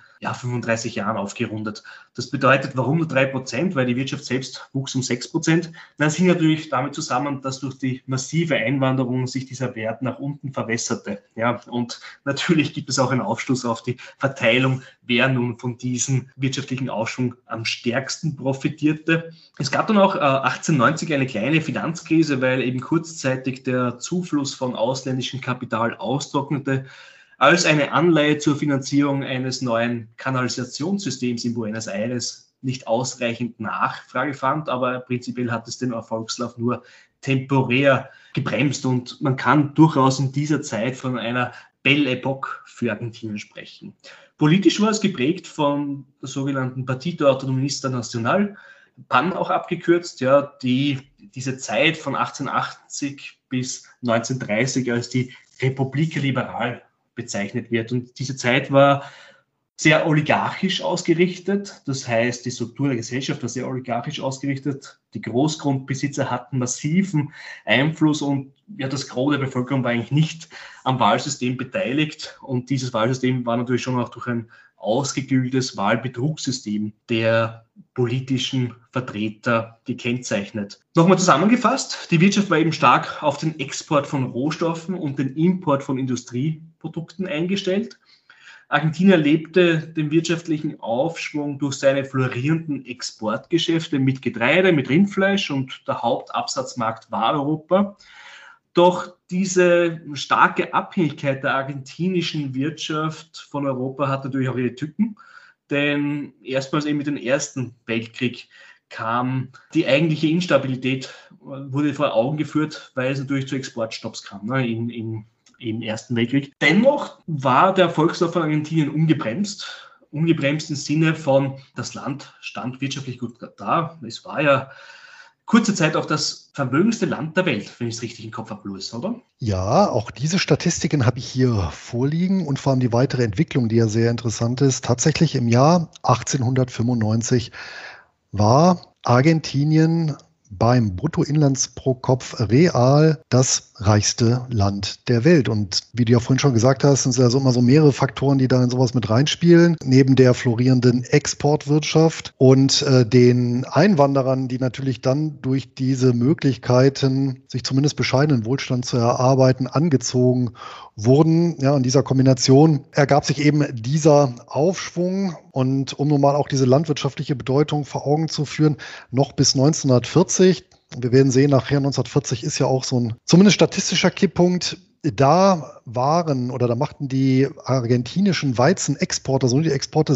35 Jahren aufgerundet. Das bedeutet, warum nur 3%? Weil die Wirtschaft selbst wuchs um 6%. Das hing natürlich damit zusammen, dass durch die massive Einwanderung sich dieser Wert nach unten verwässerte. Ja, und natürlich gibt es auch einen Aufschluss auf die Verteilung, wer nun von diesem wirtschaftlichen Aufschwung am stärksten profitierte. Es gab dann auch 1890 eine kleine Finanzkrise, weil eben kurzzeitig der Zufluss von ausländischem Kapital austrocknete, als eine Anleihe zur Finanzierung eines neuen Kanalisationssystems in Buenos Aires nicht ausreichend Nachfrage fand, aber prinzipiell hat es den Erfolgslauf nur temporär gebremst und man kann durchaus in dieser Zeit von einer Belle Époque für Argentinien sprechen. Politisch war es geprägt von der sogenannten Partido Autonomista Nacional, PAN auch abgekürzt, ja, diese Zeit von 1880 bis 1930 als die Republik Liberal bezeichnet wird. Und diese Zeit war sehr oligarchisch ausgerichtet. Das heißt, die Struktur der Gesellschaft war sehr oligarchisch ausgerichtet. Die Großgrundbesitzer hatten massiven Einfluss und das Gros der Bevölkerung war eigentlich nicht am Wahlsystem beteiligt. Und dieses Wahlsystem war natürlich schon auch durch ein ausgeklügeltes Wahlbetrugssystem der politischen Vertreter gekennzeichnet. Nochmal zusammengefasst, die Wirtschaft war eben stark auf den Export von Rohstoffen und den Import von Industrieprodukten eingestellt. Argentinien erlebte den wirtschaftlichen Aufschwung durch seine florierenden Exportgeschäfte mit Getreide, mit Rindfleisch und der Hauptabsatzmarkt war Europa. Doch diese starke Abhängigkeit der argentinischen Wirtschaft von Europa hat natürlich auch ihre Tücken, denn erstmals eben mit dem Ersten Weltkrieg kam die eigentliche Instabilität, wurde vor Augen geführt, weil es natürlich zu Exportstopps kam im Ersten Weltkrieg. Dennoch war der Erfolgslauf von Argentinien ungebremst im Sinne von, das Land stand wirtschaftlich gut da. Es war ja kurze Zeit auch das vermögendste Land der Welt, wenn ich es richtig im Kopf habe, Louis, oder? Ja, auch diese Statistiken habe ich hier vorliegen und vor allem die weitere Entwicklung, die ja sehr interessant ist. Tatsächlich im Jahr 1895 war Argentinien beim Bruttoinlandspro-Kopf real das reichste Land der Welt. Und wie du ja vorhin schon gesagt hast, sind es ja so immer so mehrere Faktoren, die da in sowas mit reinspielen. Neben der florierenden Exportwirtschaft und den Einwanderern, die natürlich dann durch diese Möglichkeiten, sich zumindest bescheidenen Wohlstand zu erarbeiten, angezogen wurden. Ja, in dieser Kombination ergab sich eben dieser Aufschwung. Und um nun mal auch diese landwirtschaftliche Bedeutung vor Augen zu führen, noch bis 1940, wir werden sehen, nachher 1940 ist ja auch so ein zumindest statistischer Kipppunkt, da machten die argentinischen Weizenexporte, also nur die Exporte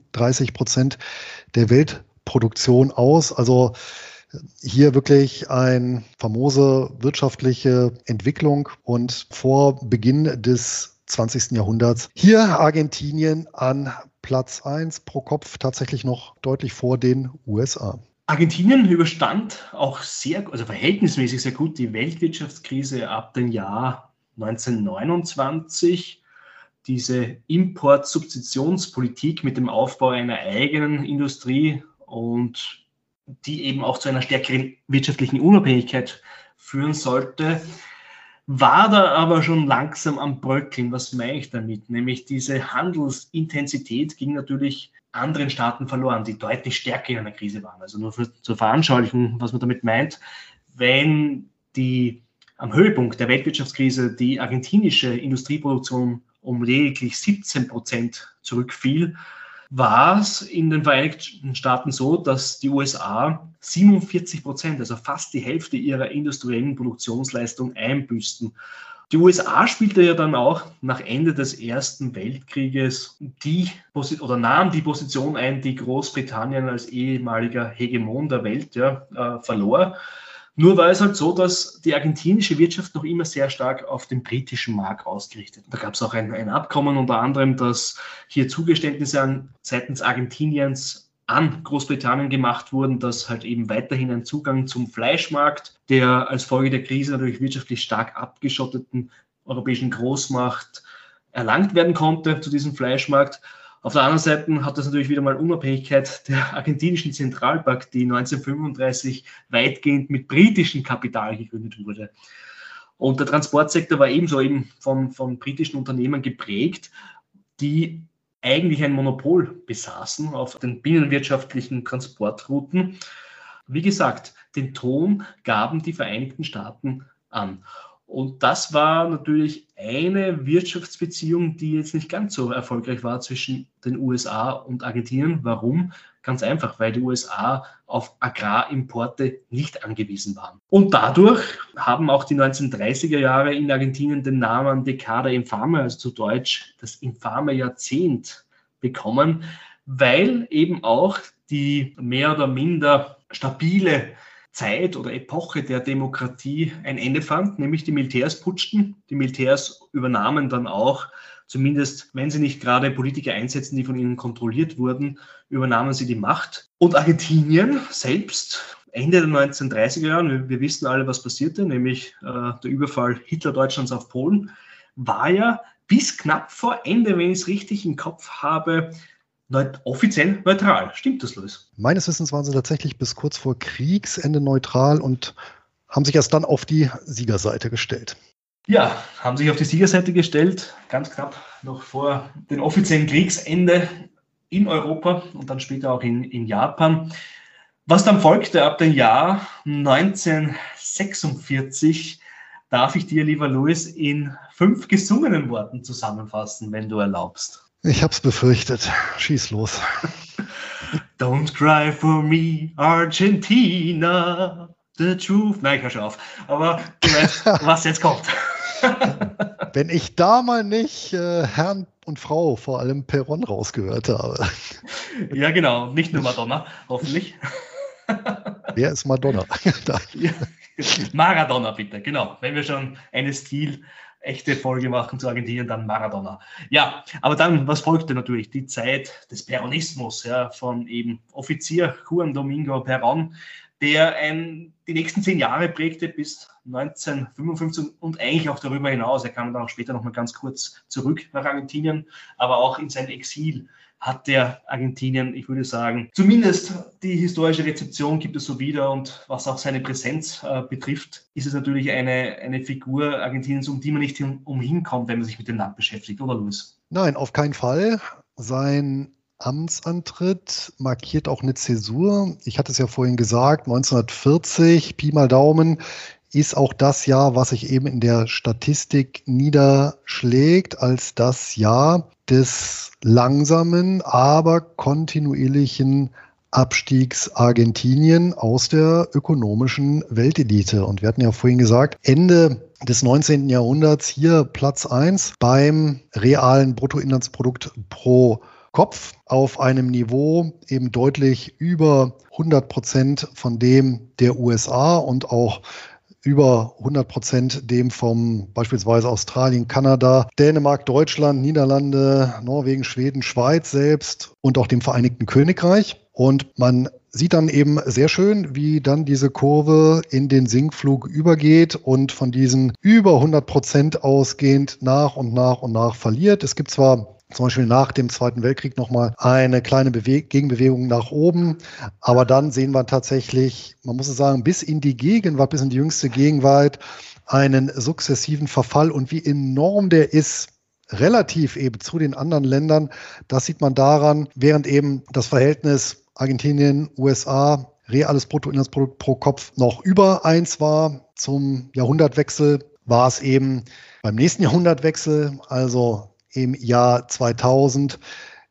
36% der Weltproduktion aus. Also hier wirklich eine famose wirtschaftliche Entwicklung und vor Beginn des 20. Jahrhunderts hier Argentinien an Platz 1 pro Kopf, tatsächlich noch deutlich vor den USA. Argentinien überstand auch verhältnismäßig sehr gut die Weltwirtschaftskrise ab dem Jahr 1929. Diese Importsubstitutionspolitik mit dem Aufbau einer eigenen Industrie und die eben auch zu einer stärkeren wirtschaftlichen Unabhängigkeit führen sollte, war da aber schon langsam am Bröckeln. Was meine ich damit? Nämlich diese Handelsintensität ging natürlich anderen Staaten verloren, die deutlich stärker in einer Krise waren. Also nur zur Veranschaulichung, was man damit meint, wenn am Höhepunkt der Weltwirtschaftskrise die argentinische Industrieproduktion um lediglich 17% zurückfiel, war es in den Vereinigten Staaten so, dass die USA 47%, also fast die Hälfte ihrer industriellen Produktionsleistung einbüßten. Die USA spielte ja dann auch nach Ende des Ersten Weltkrieges nahm die Position ein, die Großbritannien als ehemaliger Hegemon der Welt verlor. Nur war es halt so, dass die argentinische Wirtschaft noch immer sehr stark auf den britischen Markt ausgerichtet. Da gab es auch ein Abkommen unter anderem, dass hier Zugeständnisse seitens Argentiniens an Großbritannien gemacht wurden, dass halt eben weiterhin ein Zugang zum Fleischmarkt, der als Folge der Krise natürlich wirtschaftlich stark abgeschotteten europäischen Großmacht erlangt werden konnte zu diesem Fleischmarkt. Auf der anderen Seite hat das natürlich wieder mal Unabhängigkeit der argentinischen Zentralbank, die 1935 weitgehend mit britischem Kapital gegründet wurde. Und der Transportsektor war ebenso eben von britischen Unternehmen geprägt, die eigentlich ein Monopol besaßen auf den binnenwirtschaftlichen Transportrouten. Wie gesagt, den Ton gaben die Vereinigten Staaten an. Und das war natürlich eine Wirtschaftsbeziehung, die jetzt nicht ganz so erfolgreich war zwischen den USA und Argentinien. Warum? Ganz einfach, weil die USA auf Agrarimporte nicht angewiesen waren. Und dadurch haben auch die 1930er Jahre in Argentinien den Namen Década Infame, also zu Deutsch das infame Jahrzehnt, bekommen, weil eben auch die mehr oder minder stabile Zeit oder Epoche der Demokratie ein Ende fand, nämlich die Militärs putschten. Die Militärs übernahmen dann auch, zumindest wenn sie nicht gerade Politiker einsetzen, die von ihnen kontrolliert wurden, übernahmen sie die Macht. Und Argentinien selbst, Ende der 1930er Jahre, wir wissen alle, was passierte, nämlich der Überfall Hitler-Deutschlands auf Polen, war ja bis knapp vor Ende, wenn ich es richtig im Kopf habe, offiziell neutral. Stimmt das, Luis? Meines Wissens waren sie tatsächlich bis kurz vor Kriegsende neutral und haben sich erst dann auf die Siegerseite gestellt. Ja, haben sich auf die Siegerseite gestellt, ganz knapp noch vor dem offiziellen Kriegsende in Europa und dann später auch in Japan. Was dann folgte ab dem Jahr 1946, darf ich dir, lieber Luis, in 5 gesungenen Worten zusammenfassen, wenn du erlaubst. Ich hab's befürchtet. Schieß los. Don't cry for me, Argentina, the truth. Nein, ich höre schon auf. Aber du weißt, was jetzt kommt. Wenn ich da mal nicht Herrn und Frau, vor allem Perón, rausgehört habe. Ja, genau. Nicht nur Madonna, hoffentlich. Wer ist Madonna? Maradona, bitte. Genau. Wenn wir schon eine echte Folge machen zu Argentinien, dann Maradona. Ja, aber dann, was folgte natürlich? Die Zeit des Peronismus, ja, von eben Offizier Juan Domingo Perón, der die nächsten 10 Jahre prägte bis 1955 und eigentlich auch darüber hinaus. Er kam dann auch später noch mal ganz kurz zurück nach Argentinien, aber auch in sein Exil hat der Argentinien, ich würde sagen, zumindest die historische Rezeption gibt es so wieder und was auch seine Präsenz betrifft, ist es natürlich eine Figur Argentiniens, um die man nicht umhin kommt, wenn man sich mit dem Land beschäftigt, oder Luis? Nein, auf keinen Fall. Sein Amtsantritt markiert auch eine Zäsur. Ich hatte es ja vorhin gesagt, 1940, Pi mal Daumen, ist auch das Jahr, was sich eben in der Statistik niederschlägt, als das Jahr des langsamen, aber kontinuierlichen Abstiegs Argentinien aus der ökonomischen Weltelite. Und wir hatten ja vorhin gesagt, Ende des 19. Jahrhunderts hier Platz 1 beim realen Bruttoinlandsprodukt pro Kopf auf einem Niveau eben deutlich über 100% von dem der USA und auch über 100% dem vom beispielsweise Australien, Kanada, Dänemark, Deutschland, Niederlande, Norwegen, Schweden, Schweiz selbst und auch dem Vereinigten Königreich. Und man sieht dann eben sehr schön, wie dann diese Kurve in den Sinkflug übergeht und von diesen über 100% ausgehend nach und nach verliert. Es gibt zwar zum Beispiel nach dem Zweiten Weltkrieg nochmal eine kleine Gegenbewegung nach oben. Aber dann sehen wir tatsächlich, man muss es sagen, bis in die Gegenwart, bis in die jüngste Gegenwart, einen sukzessiven Verfall. Und wie enorm der ist, relativ eben zu den anderen Ländern, das sieht man daran, während eben das Verhältnis Argentinien, USA, reales Bruttoinlandsprodukt pro Kopf noch über 1 war zum Jahrhundertwechsel, war es eben beim nächsten Jahrhundertwechsel, also im Jahr 2000,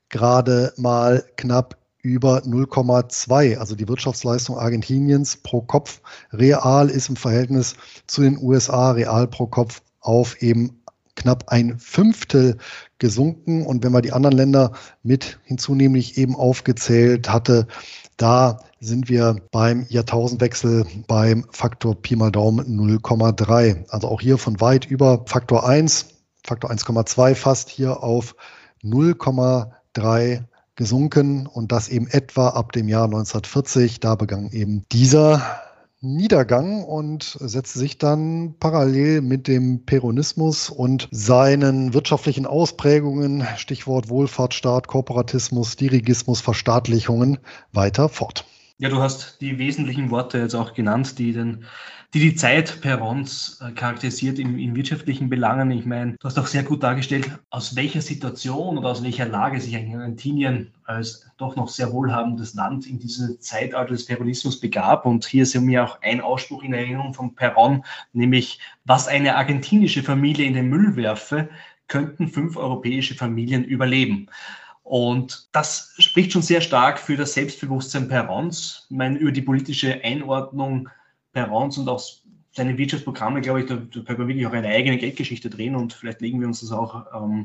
gerade mal knapp über 0,2. Also die Wirtschaftsleistung Argentiniens pro Kopf real ist im Verhältnis zu den USA real pro Kopf auf eben knapp ein Fünftel gesunken. Und wenn man die anderen Länder mit hinzunehmen, eben aufgezählt hatte, da sind wir beim Jahrtausendwechsel beim Faktor Pi mal Daumen 0,3. Also auch hier von weit über Faktor 1, Faktor 1,2 fast hier auf 0,3 gesunken und das eben etwa ab dem Jahr 1940. Da begann eben dieser Niedergang und setzte sich dann parallel mit dem Peronismus und seinen wirtschaftlichen Ausprägungen, Stichwort Wohlfahrtsstaat, Korporatismus, Dirigismus, Verstaatlichungen, weiter fort. Ja, du hast die wesentlichen Worte jetzt auch genannt, die Zeit Perons charakterisiert in wirtschaftlichen Belangen. Ich meine, du hast auch sehr gut dargestellt, aus welcher Situation oder aus welcher Lage sich Argentinien als doch noch sehr wohlhabendes Land in diese Zeitalter des Peronismus begab. Und hier ist ja mir auch ein Ausspruch in Erinnerung von Perón, nämlich, was eine argentinische Familie in den Müll werfe, könnten 5 europäische Familien überleben. Und das spricht schon sehr stark für das Selbstbewusstsein Perons. Ich meine, über die politische Einordnung Perons und auch seine Wirtschaftsprogramme, glaube ich, da können wir wirklich auch eine eigene Geldgeschichte drehen und vielleicht legen wir uns das auch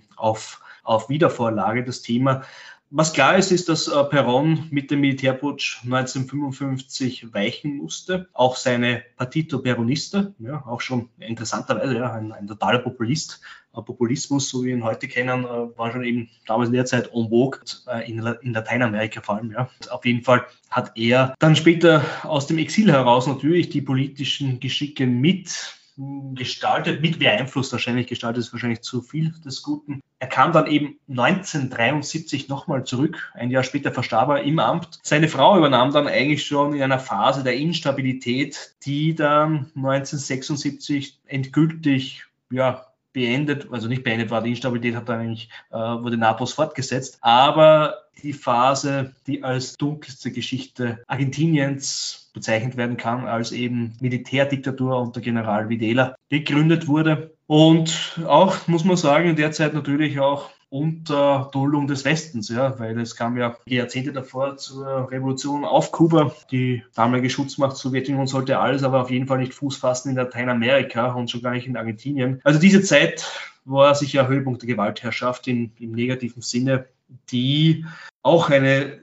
auf Wiedervorlage, das Thema. Was klar ist, ist, dass Perón mit dem Militärputsch 1955 weichen musste. Auch seine Partito Peronista, ja, auch schon interessanterweise ja, ein totaler Populist. Populismus, so wie wir ihn heute kennen, war schon eben damals in der Zeit en vogue, in Lateinamerika vor allem. Ja. Auf jeden Fall hat er dann später aus dem Exil heraus natürlich die politischen Geschicke mitgestaltet, mit beeinflusst wahrscheinlich, gestaltet ist wahrscheinlich zu viel des Guten. Er kam dann eben 1973 nochmal zurück, ein Jahr später verstarb er im Amt. Seine Frau übernahm dann eigentlich schon in einer Phase der Instabilität, die dann 1976 endgültig, ja, beendet, also nicht beendet war, die Instabilität hat dann eigentlich, wurde nahtlos fortgesetzt, aber die Phase, die als dunkelste Geschichte Argentiniens bezeichnet werden kann, als eben Militärdiktatur unter General Videla gegründet wurde. Und auch, muss man sagen, in der Zeit natürlich auch unter Duldung des Westens, ja, weil es kam ja Jahrzehnte davor zur Revolution auf Kuba. Die damalige Schutzmacht Sowjetunion sollte alles, aber auf jeden Fall nicht Fuß fassen in Lateinamerika und schon gar nicht in Argentinien. Also diese Zeit war sicher Höhepunkt der Gewaltherrschaft im negativen Sinne, die auch eine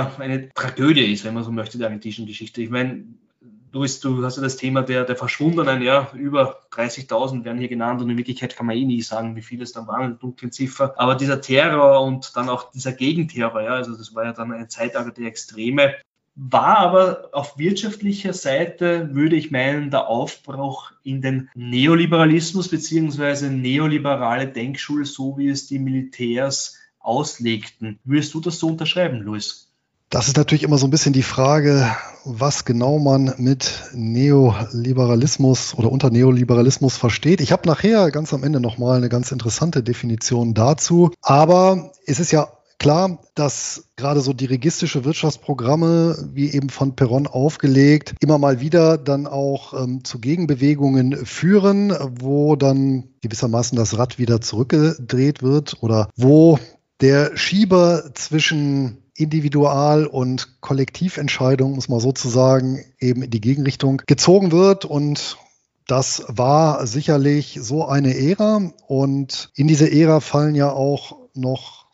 Tragödie ist, wenn man so möchte, der argentinischen Geschichte. Ich meine, Luis, du hast ja das Thema der Verschwundenen, ja, über 30.000 werden hier genannt und in Wirklichkeit kann man nie sagen, wie viele es dann waren in der dunklen Ziffer. Aber dieser Terror und dann auch dieser Gegenterror, ja, also das war ja dann ein Zeitalter der Extreme, war aber auf wirtschaftlicher Seite, würde ich meinen, der Aufbruch in den Neoliberalismus beziehungsweise neoliberale Denkschule, so wie es die Militärs auslegten. Würdest du das so unterschreiben, Luis? Das ist natürlich immer so ein bisschen die Frage, was genau man mit Neoliberalismus oder unter Neoliberalismus versteht. Ich habe nachher ganz am Ende nochmal eine ganz interessante Definition dazu. Aber es ist ja klar, dass gerade so dirigistische Wirtschaftsprogramme, wie eben von Perón aufgelegt, immer mal wieder dann auch zu Gegenbewegungen führen, wo dann gewissermaßen das Rad wieder zurückgedreht wird oder wo der Schieber zwischen Individual- und Kollektiventscheidung, muss man sozusagen, eben in die Gegenrichtung gezogen wird. Und das war sicherlich so eine Ära. Und in diese Ära fallen ja auch noch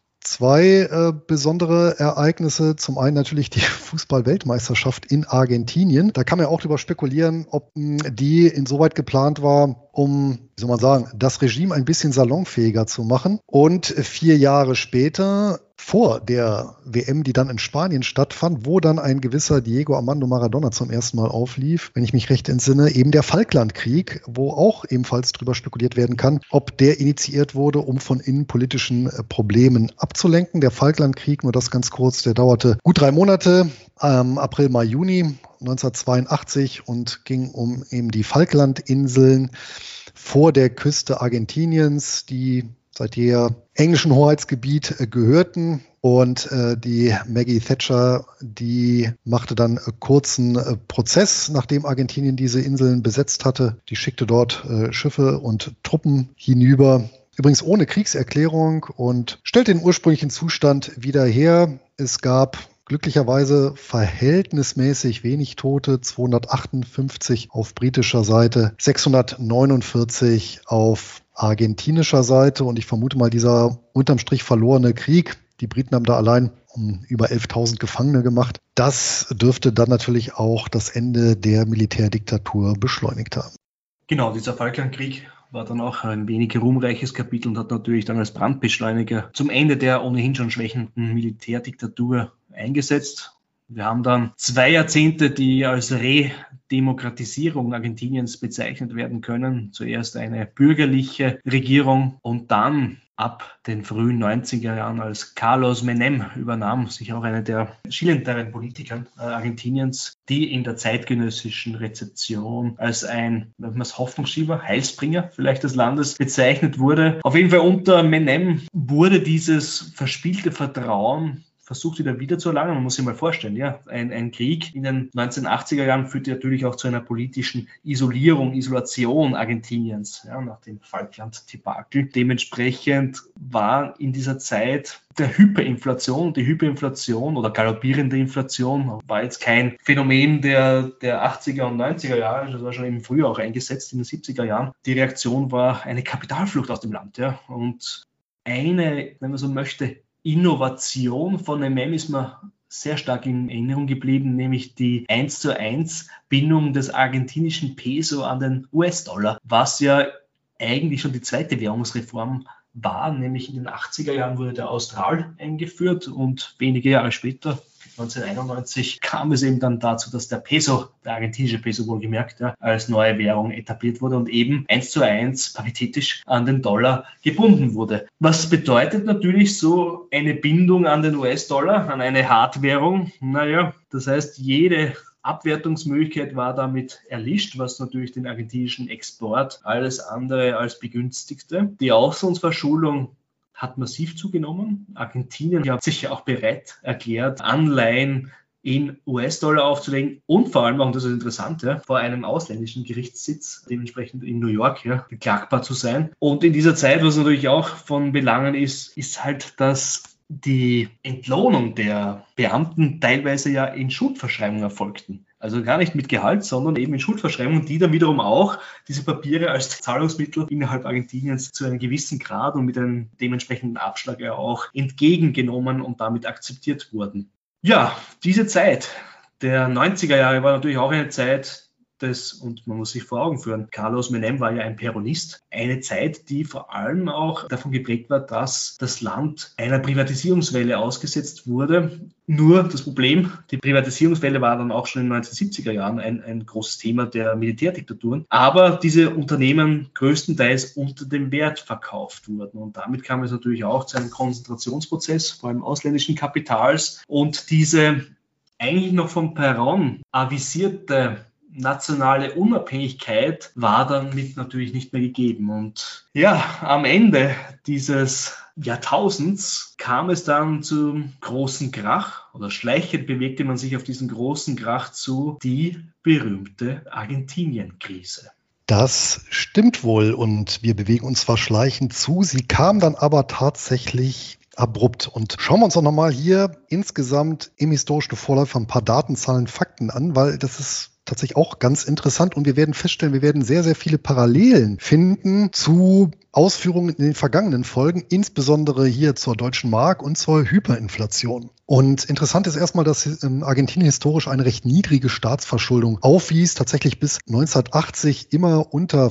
zwei besondere Ereignisse. Zum einen natürlich die Fußball-Weltmeisterschaft in Argentinien. Da kann man ja auch drüber spekulieren, ob die insoweit geplant war, um, wie soll man sagen, das Regime ein bisschen salonfähiger zu machen. Und 4 Jahre später, vor der WM, die dann in Spanien stattfand, wo dann ein gewisser Diego Armando Maradona zum ersten Mal auflief, wenn ich mich recht entsinne, eben der Falklandkrieg, wo auch ebenfalls drüber spekuliert werden kann, ob der initiiert wurde, um von innenpolitischen Problemen abzulenken. Der Falklandkrieg, nur das ganz kurz, der dauerte gut 3 Monate, April, Mai, Juni 1982 und ging um eben die Falklandinseln vor der Küste Argentiniens, die seit jeher englischen Hoheitsgebiet gehörten. Und die Maggie Thatcher, die machte dann kurzen Prozess, nachdem Argentinien diese Inseln besetzt hatte. Die schickte dort Schiffe und Truppen hinüber. Übrigens ohne Kriegserklärung und stellt den ursprünglichen Zustand wieder her. Es gab glücklicherweise verhältnismäßig wenig Tote, 258 auf britischer Seite, 649 auf argentinischer Seite. Und ich vermute mal, dieser unterm Strich verlorene Krieg, die Briten haben da allein über 11.000 Gefangene gemacht, das dürfte dann natürlich auch das Ende der Militärdiktatur beschleunigt haben. Genau, dieser Falklandkrieg war dann auch ein wenig ruhmreiches Kapitel und hat natürlich dann als Brandbeschleuniger zum Ende der ohnehin schon schwächenden Militärdiktatur eingesetzt. Wir haben dann 2 Jahrzehnte, die als Redemokratisierung Argentiniens bezeichnet werden können. Zuerst eine bürgerliche Regierung und dann ab den frühen 90er Jahren, als Carlos Menem übernahm, sich auch einer der schillernderen Politiker Argentiniens, die in der zeitgenössischen Rezeption als ein Hoffnungsschieber, Heilsbringer vielleicht des Landes bezeichnet wurde. Auf jeden Fall unter Menem wurde dieses verspielte Vertrauen versucht wieder zu erlangen. Man muss sich mal vorstellen, ja, ein Krieg in den 1980er Jahren führte natürlich auch zu einer politischen Isolation Argentiniens, ja, nach dem Falkland-Debakel. Dementsprechend war in dieser Zeit die Hyperinflation oder galoppierende Inflation war jetzt kein Phänomen der 80er und 90er Jahre, das war schon eben früher auch eingesetzt in den 70er Jahren. Die Reaktion war eine Kapitalflucht aus dem Land, ja, und eine, wenn man so möchte, Innovation von Menem ist mir sehr stark in Erinnerung geblieben, nämlich die 1:1 Bindung des argentinischen Peso an den US-Dollar, was ja eigentlich schon die zweite Währungsreform war, nämlich in den 80er Jahren wurde der Austral eingeführt und wenige Jahre später, 1991, kam es eben dann dazu, dass der Peso, der argentinische Peso wohlgemerkt, ja, als neue Währung etabliert wurde und eben 1:1 paritätisch an den Dollar gebunden wurde. Was bedeutet natürlich so eine Bindung an den US-Dollar, an eine Hartwährung? Naja, das heißt, jede Abwertungsmöglichkeit war damit erlischt, was natürlich den argentinischen Export alles andere als begünstigte. Die Auslandsverschuldung hat massiv zugenommen. Argentinien hat sich auch bereit erklärt, Anleihen in US-Dollar aufzulegen und vor allem, auch das ist interessant, ja, vor einem ausländischen Gerichtssitz, dementsprechend in New York, ja, beklagbar zu sein. Und in dieser Zeit, was natürlich auch von Belangen ist halt, dass die Entlohnung der Beamten teilweise ja in Schuldverschreibungen erfolgten. Also gar nicht mit Gehalt, sondern eben in Schuldverschreibungen, die dann wiederum auch diese Papiere als Zahlungsmittel innerhalb Argentiniens zu einem gewissen Grad und mit einem dementsprechenden Abschlag ja auch entgegengenommen und damit akzeptiert wurden. Ja, diese Zeit der 90er Jahre war natürlich auch eine Zeit und man muss sich vor Augen führen, Carlos Menem war ja ein Peronist. Eine Zeit, die vor allem auch davon geprägt war, dass das Land einer Privatisierungswelle ausgesetzt wurde. Nur das Problem, die Privatisierungswelle war dann auch schon in den 1970er Jahren ein großes Thema der Militärdiktaturen. Aber diese Unternehmen größtenteils unter dem Wert verkauft wurden. Und damit kam es natürlich auch zu einem Konzentrationsprozess, vor allem ausländischen Kapitals. Und diese eigentlich noch vom Perron avisierte nationale Unabhängigkeit war damit natürlich nicht mehr gegeben. Und ja, am Ende dieses Jahrtausends kam es dann zum großen Krach oder schleichend bewegte man sich auf diesen großen Krach zu, die berühmte Argentinien-Krise. Das stimmt wohl und wir bewegen uns zwar schleichend zu, sie kam dann aber tatsächlich abrupt. Und schauen wir uns doch nochmal hier insgesamt im historischen Vorläufer ein paar Daten, Zahlen, Fakten an, weil das ist tatsächlich auch ganz interessant und wir werden feststellen, wir werden sehr, sehr viele Parallelen finden zu Ausführungen in den vergangenen Folgen, insbesondere hier zur deutschen Mark und zur Hyperinflation. Und interessant ist erstmal, dass Argentinien historisch eine recht niedrige Staatsverschuldung aufwies, tatsächlich bis 1980 immer unter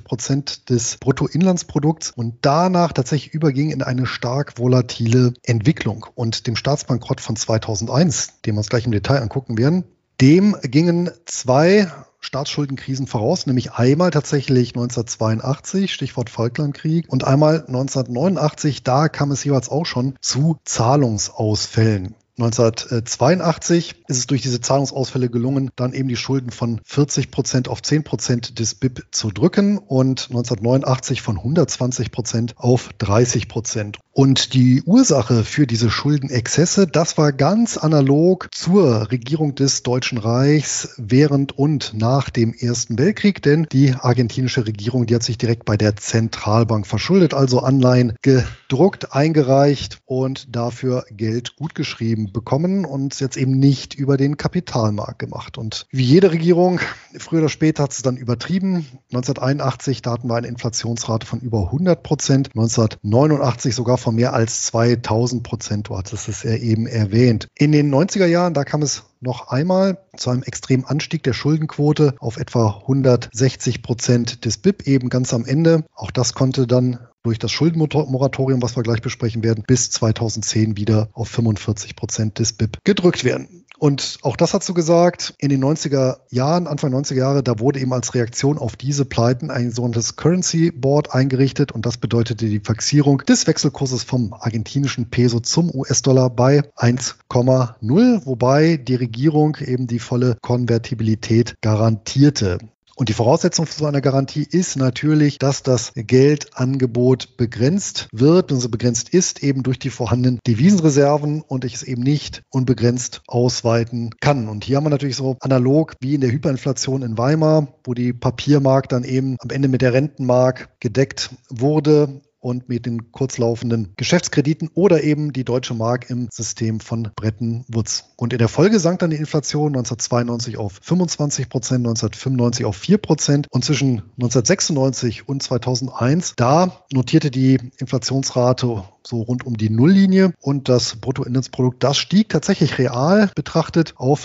40% des Bruttoinlandsprodukts und danach tatsächlich überging in eine stark volatile Entwicklung. Und dem Staatsbankrott von 2001, den wir uns gleich im Detail angucken werden, dem gingen 2 Staatsschuldenkrisen voraus, nämlich einmal tatsächlich 1982, Stichwort Falklandkrieg, und einmal 1989, da kam es jeweils auch schon zu Zahlungsausfällen. 1982 ist es durch diese Zahlungsausfälle gelungen, dann eben die Schulden von 40% auf 10% des BIP zu drücken und 1989 von 120% auf 30%. Und die Ursache für diese Schuldenexzesse, das war ganz analog zur Regierung des Deutschen Reichs während und nach dem Ersten Weltkrieg, denn die argentinische Regierung, die hat sich direkt bei der Zentralbank verschuldet, also Anleihen gedruckt, eingereicht und dafür Geld gutgeschrieben bekommen und jetzt eben nicht über den Kapitalmarkt gemacht. Und wie jede Regierung, früher oder später hat es dann übertrieben. 1981, da hatten wir eine Inflationsrate von über 100%, 1989 sogar von mehr als 2000%, du hattest es ja eben erwähnt. In den 90er Jahren, da kam es noch einmal zu einem extremen Anstieg der Schuldenquote auf etwa 160% des BIP, eben ganz am Ende. Auch das konnte dann durch das Schuldenmoratorium, was wir gleich besprechen werden, bis 2010 wieder auf 45% des BIP gedrückt werden. Und auch das hat so gesagt, in den 90er Jahren, Anfang 90er Jahre, da wurde eben als Reaktion auf diese Pleiten ein sogenanntes Currency Board eingerichtet und das bedeutete die Fixierung des Wechselkurses vom argentinischen Peso zum US-Dollar bei 1,0, wobei die Regierung eben die volle Konvertibilität garantierte. Und die Voraussetzung für so eine Garantie ist natürlich, dass das Geldangebot begrenzt wird, also begrenzt ist eben durch die vorhandenen Devisenreserven und ich es eben nicht unbegrenzt ausweiten kann. Und hier haben wir natürlich so analog wie in der Hyperinflation in Weimar, wo die Papiermark dann eben am Ende mit der Rentenmark gedeckt wurde und mit den kurzlaufenden Geschäftskrediten oder eben die deutsche Mark im System von Bretton Woods. Und in der Folge sank dann die Inflation 1992 auf 25%, 1995 auf 4% und zwischen 1996 und 2001, da notierte die Inflationsrate so rund um die Nulllinie und das Bruttoinlandsprodukt, das stieg tatsächlich real betrachtet auf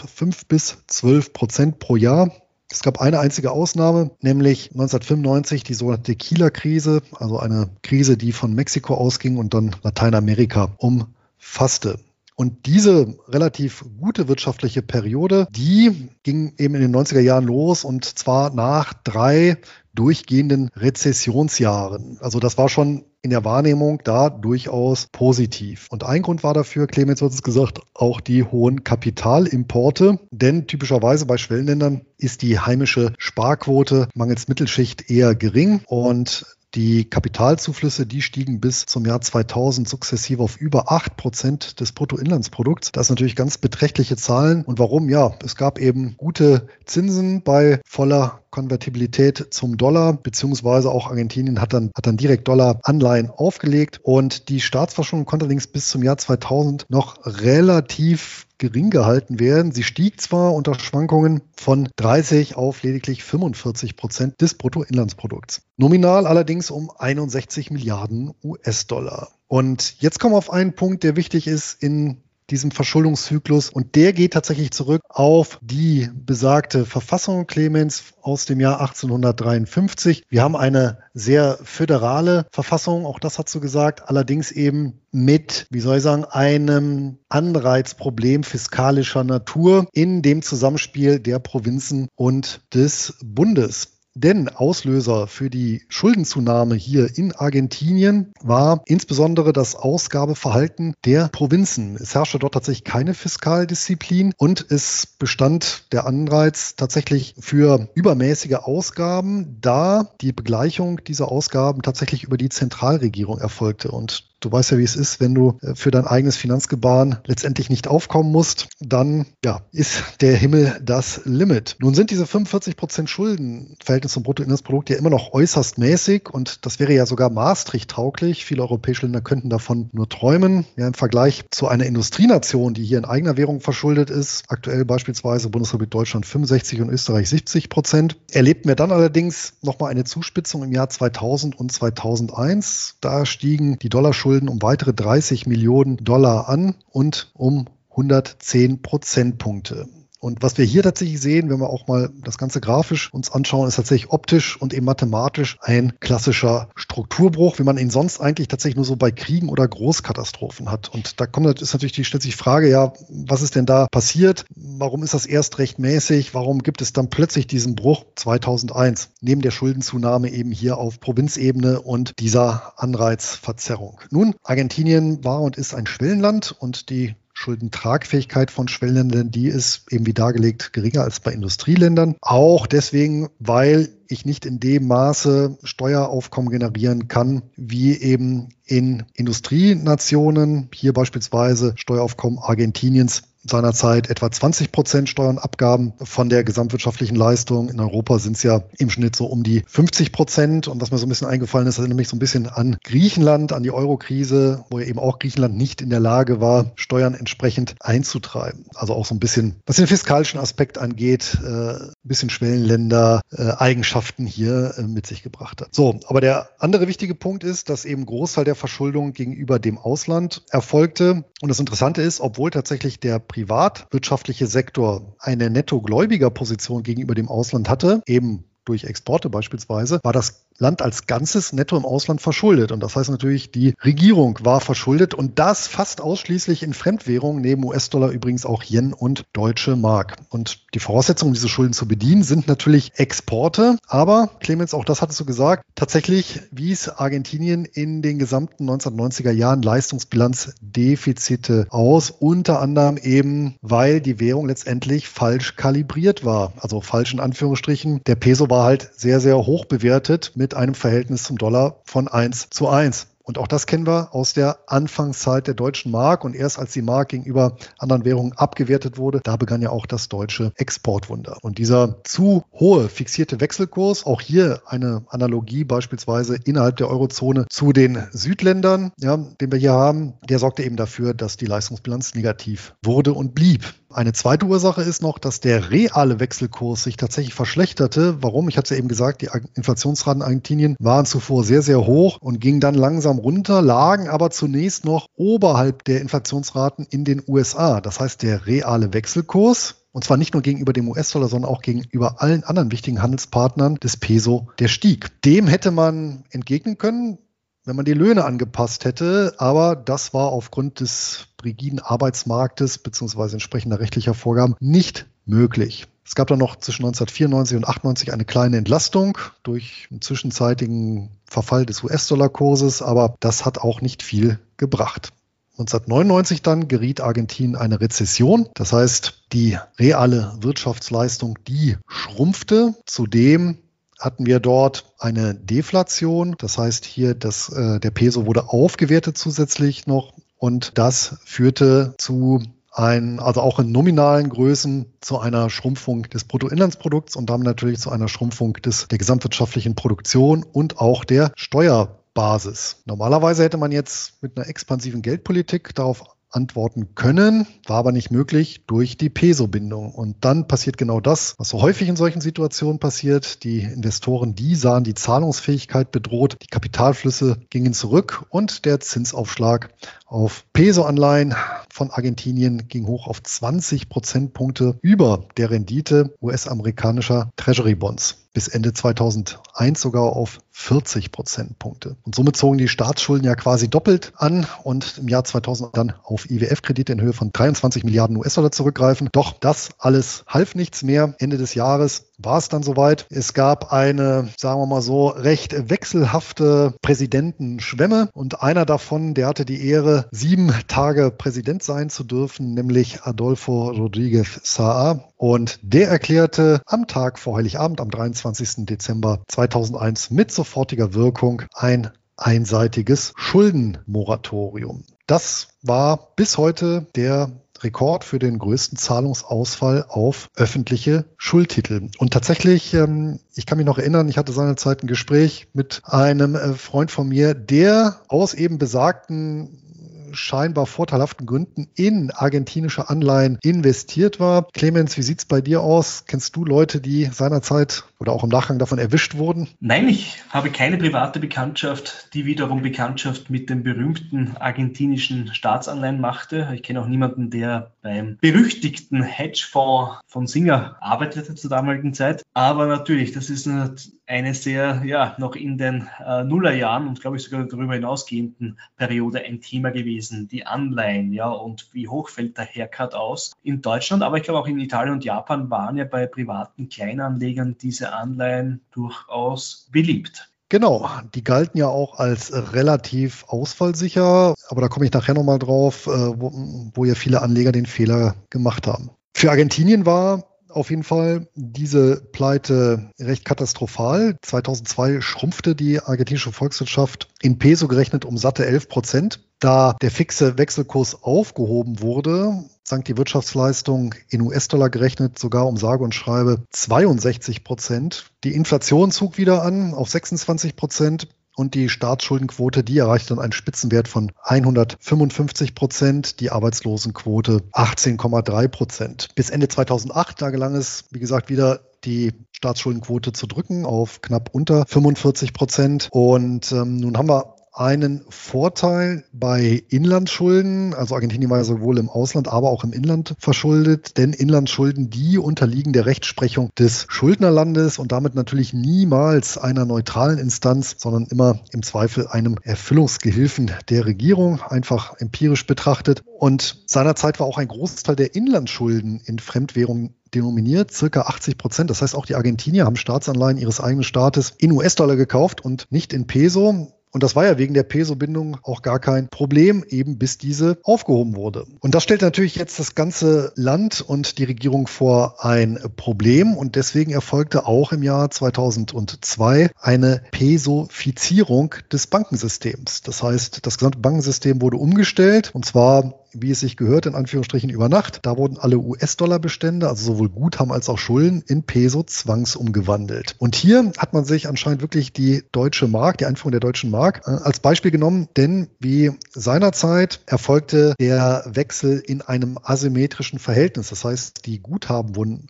5-12% pro Jahr. Es gab eine einzige Ausnahme, nämlich 1995 die sogenannte Tequila-Krise, also eine Krise, die von Mexiko ausging und dann Lateinamerika umfasste. Und diese relativ gute wirtschaftliche Periode, die ging eben in den 90er Jahren los und zwar nach 3 durchgehenden Rezessionsjahren. Also das war schon in der Wahrnehmung da durchaus positiv. Und ein Grund war dafür, Clemens hat es gesagt, auch die hohen Kapitalimporte. Denn typischerweise bei Schwellenländern ist die heimische Sparquote mangels Mittelschicht eher gering und die Kapitalzuflüsse, die stiegen bis zum Jahr 2000 sukzessive auf über 8% des Bruttoinlandsprodukts. Das sind natürlich ganz beträchtliche Zahlen. Und warum? Ja, es gab eben gute Zinsen bei voller Konvertibilität zum Dollar, beziehungsweise auch Argentinien hat dann direkt Dollaranleihen aufgelegt und die Staatsverschuldung konnte allerdings bis zum Jahr 2000 noch relativ gering gehalten werden. Sie stieg zwar unter Schwankungen von 30 auf lediglich 45% des Bruttoinlandsprodukts. Nominal allerdings um 61 Milliarden US-Dollar. Und jetzt kommen wir auf einen Punkt, der wichtig ist in diesem Verschuldungszyklus. Und der geht tatsächlich zurück auf die besagte Verfassung, Clemens, aus dem Jahr 1853. Wir haben eine sehr föderale Verfassung, auch das hat so gesagt, allerdings eben mit, einem Anreizproblem fiskalischer Natur in dem Zusammenspiel der Provinzen und des Bundes. Denn Auslöser für die Schuldenzunahme hier in Argentinien war insbesondere das Ausgabeverhalten der Provinzen. Es herrschte dort tatsächlich keine Fiskaldisziplin und es bestand der Anreiz tatsächlich für übermäßige Ausgaben, da die Begleichung dieser Ausgaben tatsächlich über die Zentralregierung erfolgte. Und du weißt ja, wie es ist, wenn du für dein eigenes Finanzgebaren letztendlich nicht aufkommen musst, dann ist der Himmel das Limit. Nun sind diese 45% Schuldenverhältnis zum Bruttoinlandsprodukt ja immer noch äußerst mäßig und das wäre ja sogar Maastricht-tauglich. Viele europäische Länder könnten davon nur träumen. Ja, im Vergleich zu einer Industrienation, die hier in eigener Währung verschuldet ist, aktuell beispielsweise Bundesrepublik Deutschland 65 und Österreich 70%, erlebten wir dann allerdings nochmal eine Zuspitzung im Jahr 2000 und 2001. Da stiegen die Dollarschulden um weitere 30 Millionen Dollar an und um 110 Prozentpunkte. Und was wir hier tatsächlich sehen, wenn wir auch mal das Ganze grafisch uns anschauen, ist tatsächlich optisch und eben mathematisch ein klassischer Strukturbruch, wie man ihn sonst eigentlich tatsächlich nur so bei Kriegen oder Großkatastrophen hat. Und da stellt sich die Frage, ja, was ist denn da passiert? Warum ist das erst recht mäßig? Warum gibt es dann plötzlich diesen Bruch 2001? Neben der Schuldenzunahme eben hier auf Provinzebene und dieser Anreizverzerrung. Nun, Argentinien war und ist ein Schwellenland und die Schuldentragfähigkeit von Schwellenländern, die ist eben wie dargelegt geringer als bei Industrieländern. Auch deswegen, weil ich nicht in dem Maße Steueraufkommen generieren kann, wie eben in Industrienationen, hier beispielsweise Steueraufkommen Argentiniens seinerzeit etwa 20% Steuern und Abgaben von der gesamtwirtschaftlichen Leistung. In Europa sind es ja im Schnitt so um die 50%. Und was mir so ein bisschen eingefallen ist, erinnert mich so ein bisschen an Griechenland, an die Euro-Krise, wo ja eben auch Griechenland nicht in der Lage war, Steuern entsprechend einzutreiben. Also auch so ein bisschen, was den fiskalischen Aspekt angeht, ein bisschen Schwellenländer, Eigenschaften hier mit sich gebracht hat. So, aber der andere wichtige Punkt ist, dass eben Großteil der Verschuldung gegenüber dem Ausland erfolgte. Und das Interessante ist, obwohl tatsächlich der privatwirtschaftliche Sektor eine Nettogläubigerposition gegenüber dem Ausland hatte, eben durch Exporte beispielsweise, war das Land als Ganzes netto im Ausland verschuldet. Und das heißt natürlich, die Regierung war verschuldet und das fast ausschließlich in Fremdwährungen, neben US-Dollar übrigens auch Yen und Deutsche Mark. Und die Voraussetzungen, um diese Schulden zu bedienen, sind natürlich Exporte. Aber, Clemens, auch das hattest du gesagt, tatsächlich wies Argentinien in den gesamten 1990er Jahren Leistungsbilanzdefizite aus, unter anderem eben, weil die Währung letztendlich falsch kalibriert war. Also falsch in Anführungsstrichen. Der Peso war halt sehr, sehr hoch bewertet mit einem Verhältnis zum Dollar von 1:1. Und auch das kennen wir aus der Anfangszeit der deutschen Mark. Und erst als die Mark gegenüber anderen Währungen abgewertet wurde, da begann ja auch das deutsche Exportwunder. Und dieser zu hohe fixierte Wechselkurs, auch hier eine Analogie beispielsweise innerhalb der Eurozone zu den Südländern, ja, den wir hier haben, der sorgte eben dafür, dass die Leistungsbilanz negativ wurde und blieb. Eine zweite Ursache ist noch, dass der reale Wechselkurs sich tatsächlich verschlechterte. Warum? Ich hatte es ja eben gesagt, die Inflationsraten in Argentinien waren zuvor sehr, sehr hoch und gingen dann langsam runter, lagen aber zunächst noch oberhalb der Inflationsraten in den USA. Das heißt, der reale Wechselkurs, und zwar nicht nur gegenüber dem US-Dollar, sondern auch gegenüber allen anderen wichtigen Handelspartnern des Peso, der stieg. Dem hätte man entgegnen können, wenn man die Löhne angepasst hätte, aber das war aufgrund des rigiden Arbeitsmarktes bzw. entsprechender rechtlicher Vorgaben nicht möglich. Es gab dann noch zwischen 1994 und 1998 eine kleine Entlastung durch einen zwischenzeitigen Verfall des US-Dollar-Kurses, aber das hat auch nicht viel gebracht. 1999 dann geriet Argentinien in eine Rezession. Das heißt, die reale Wirtschaftsleistung, die schrumpfte. Zudem hatten wir dort eine Deflation. Das heißt hier, der Peso wurde aufgewertet zusätzlich noch und das führte zu also auch in nominalen Größen zu einer Schrumpfung des Bruttoinlandsprodukts und damit natürlich zu einer Schrumpfung der gesamtwirtschaftlichen Produktion und auch der Steuerbasis. Normalerweise hätte man jetzt mit einer expansiven Geldpolitik darauf antworten können, war aber nicht möglich durch die Peso-Bindung. Und dann passiert genau das, was so häufig in solchen Situationen passiert. Die Investoren, die sahen die Zahlungsfähigkeit bedroht, die Kapitalflüsse gingen zurück und der Zinsaufschlag auf Peso-Anleihen von Argentinien ging hoch auf 20 Prozentpunkte über der Rendite US-amerikanischer Treasury-Bonds. Bis Ende 2001 sogar auf 40 Prozentpunkte. Und somit zogen die Staatsschulden ja quasi doppelt an und im Jahr 2000 dann auf IWF-Kredite in Höhe von 23 Milliarden US-Dollar zurückgreifen. Doch das alles half nichts mehr. Ende des Jahres war es dann soweit. Es gab eine, sagen wir mal so, recht wechselhafte Präsidentenschwemme und einer davon, der hatte die Ehre, 7 Tage Präsident sein zu dürfen, nämlich Adolfo Rodríguez Saá. Und der erklärte am Tag vor Heiligabend, am 23. Dezember 2001 mit sofortiger Wirkung ein einseitiges Schuldenmoratorium. Das war bis heute der Rekord für den größten Zahlungsausfall auf öffentliche Schuldtitel. Und tatsächlich, ich kann mich noch erinnern, ich hatte seinerzeit ein Gespräch mit einem Freund von mir, der aus eben besagten scheinbar vorteilhaften Gründen in argentinische Anleihen investiert war. Clemens, wie sieht es bei dir aus? Kennst du Leute, die seinerzeit oder auch im Nachgang davon erwischt wurden? Nein, ich habe keine private Bekanntschaft, die wiederum Bekanntschaft mit den berühmten argentinischen Staatsanleihen machte. Ich kenne auch niemanden, der beim berüchtigten Hedgefonds von Singer arbeitete zur damaligen Zeit. Aber natürlich, das ist eine sehr, noch in den Nullerjahren und glaube ich sogar darüber hinausgehenden Periode ein Thema gewesen. Die Anleihen, ja, und wie hoch fällt der Haircut aus? In Deutschland, aber ich glaube auch in Italien und Japan waren ja bei privaten Kleinanlegern diese Anleihen durchaus beliebt. Genau, die galten ja auch als relativ ausfallsicher, aber da komme ich nachher nochmal drauf, wo ja viele Anleger den Fehler gemacht haben. Für Argentinien war auf jeden Fall diese Pleite recht katastrophal. 2002 schrumpfte die argentinische Volkswirtschaft in Peso gerechnet um satte 11%. Da der fixe Wechselkurs aufgehoben wurde, sank die Wirtschaftsleistung in US-Dollar gerechnet sogar um sage und schreibe 62%. Die Inflation zog wieder an auf 26%. Und die Staatsschuldenquote, die erreichte dann einen Spitzenwert von 155%, die Arbeitslosenquote 18,3%. Bis Ende 2008, da gelang es, wie gesagt, wieder die Staatsschuldenquote zu drücken auf knapp unter 45%. Und nun haben wir einen Vorteil bei Inlandsschulden. Also Argentinien war ja sowohl im Ausland, aber auch im Inland verschuldet. Denn Inlandsschulden, die unterliegen der Rechtsprechung des Schuldnerlandes und damit natürlich niemals einer neutralen Instanz, sondern immer im Zweifel einem Erfüllungsgehilfen der Regierung, einfach empirisch betrachtet. Und seinerzeit war auch ein Großteil der Inlandsschulden in Fremdwährung denominiert, circa 80%. Das heißt, auch die Argentinier haben Staatsanleihen ihres eigenen Staates in US-Dollar gekauft und nicht in Peso. Und das war ja wegen der Peso-Bindung auch gar kein Problem, eben bis diese aufgehoben wurde. Und das stellt natürlich jetzt das ganze Land und die Regierung vor ein Problem. Und deswegen erfolgte auch im Jahr 2002 eine Pesofizierung des Bankensystems. Das heißt, das gesamte Bankensystem wurde umgestellt, und zwar, wie es sich gehört, in Anführungsstrichen über Nacht. Da wurden alle US-Dollar-Bestände, also sowohl Guthaben als auch Schulden, in Peso zwangsumgewandelt. Und hier hat man sich anscheinend wirklich die deutsche Mark, die Einführung der deutschen Mark, als Beispiel genommen, denn wie seinerzeit erfolgte der Wechsel in einem asymmetrischen Verhältnis. Das heißt, die Guthaben wurden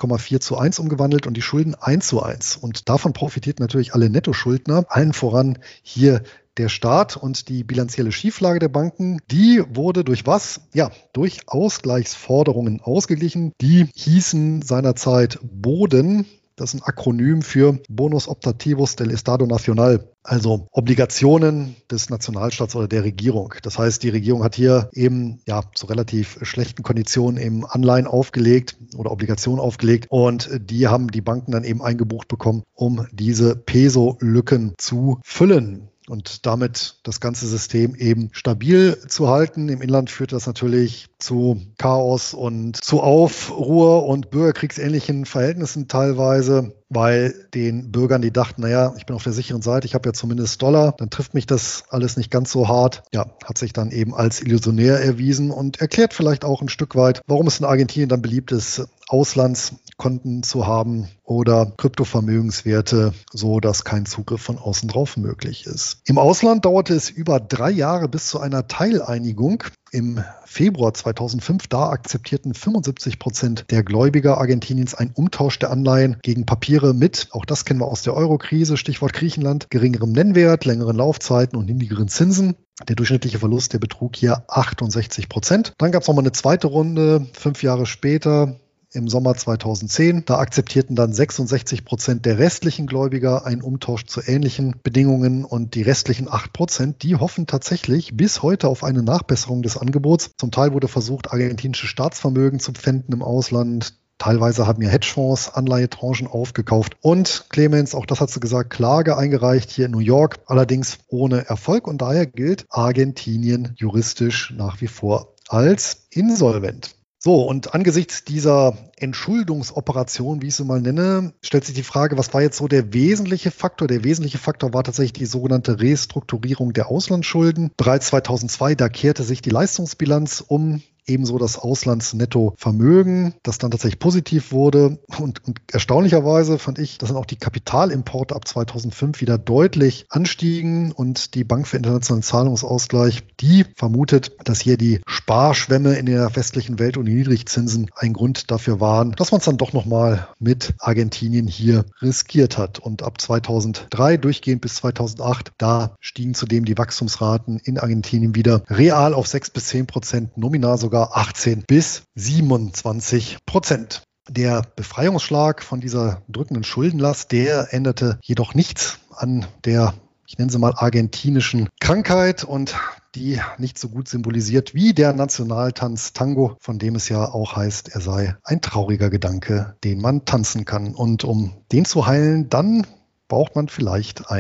1,4:1 umgewandelt und die Schulden 1:1. Und davon profitierten natürlich alle Nettoschuldner, allen voran hier der Staat, und die bilanzielle Schieflage der Banken, die wurde durch was? Ja, durch Ausgleichsforderungen ausgeglichen. Die hießen seinerzeit BODEN. Das ist ein Akronym für Bonus Optativos del Estado Nacional, also Obligationen des Nationalstaats oder der Regierung. Das heißt, die Regierung hat hier eben zu relativ schlechten Konditionen eben Anleihen aufgelegt oder Obligationen aufgelegt, und die haben die Banken dann eben eingebucht bekommen, um diese Peso-Lücken zu füllen und damit das ganze System eben stabil zu halten. Im Inland führt das natürlich zu Chaos und zu Aufruhr und bürgerkriegsähnlichen Verhältnissen teilweise, weil den Bürgern, die dachten, naja, ich bin auf der sicheren Seite, ich habe ja zumindest Dollar, dann trifft mich das alles nicht ganz so hart. Ja, hat sich dann eben als illusionär erwiesen und erklärt vielleicht auch ein Stück weit, warum es in Argentinien dann beliebt ist, Auslandskonten zu haben oder Kryptovermögenswerte, so dass kein Zugriff von außen drauf möglich ist. Im Ausland dauerte es über 3 Jahre bis zu einer Teileinigung. Im Februar 2005, da akzeptierten 75% der Gläubiger Argentiniens einen Umtausch der Anleihen gegen Papiere mit, auch das kennen wir aus der Euro-Krise, Stichwort Griechenland, geringerem Nennwert, längeren Laufzeiten und niedrigeren Zinsen. Der durchschnittliche Verlust, der betrug hier 68%. Dann gab es nochmal eine zweite Runde, 5 Jahre später, im Sommer 2010. Da akzeptierten dann 66% der restlichen Gläubiger einen Umtausch zu ähnlichen Bedingungen, und die restlichen 8%, die hoffen tatsächlich bis heute auf eine Nachbesserung des Angebots. Zum Teil wurde versucht, argentinische Staatsvermögen zu pfänden im Ausland. Teilweise haben ja Hedgefonds Anleihetranchen aufgekauft. Und Clemens, auch das hat sie gesagt, Klage eingereicht hier in New York, allerdings ohne Erfolg. Und daher gilt Argentinien juristisch nach wie vor als insolvent. So, und angesichts dieser Entschuldungsoperation, wie ich sie mal nenne, stellt sich die Frage, was war jetzt so der wesentliche Faktor? Der wesentliche Faktor war tatsächlich die sogenannte Restrukturierung der Auslandsschulden. Bereits 2002, da kehrte sich die Leistungsbilanz um. Ebenso das Auslandsnettovermögen, das dann tatsächlich positiv wurde. Und erstaunlicherweise fand ich, dass dann auch die Kapitalimporte ab 2005 wieder deutlich anstiegen. Und die Bank für internationalen Zahlungsausgleich, die vermutet, dass hier die Sparschwämme in der westlichen Welt und die Niedrigzinsen ein Grund dafür waren, dass man es dann doch nochmal mit Argentinien hier riskiert hat. Und ab 2003 durchgehend bis 2008, da stiegen zudem die Wachstumsraten in Argentinien wieder real auf 6-10%, nominal sogar 18-27%. Der Befreiungsschlag von dieser drückenden Schuldenlast, der änderte jedoch nichts an der, ich nenne sie mal, argentinischen Krankheit, und die nicht so gut symbolisiert wie der Nationaltanz Tango, von dem es ja auch heißt, er sei ein trauriger Gedanke, den man tanzen kann. Und um den zu heilen, dann braucht man vielleicht eine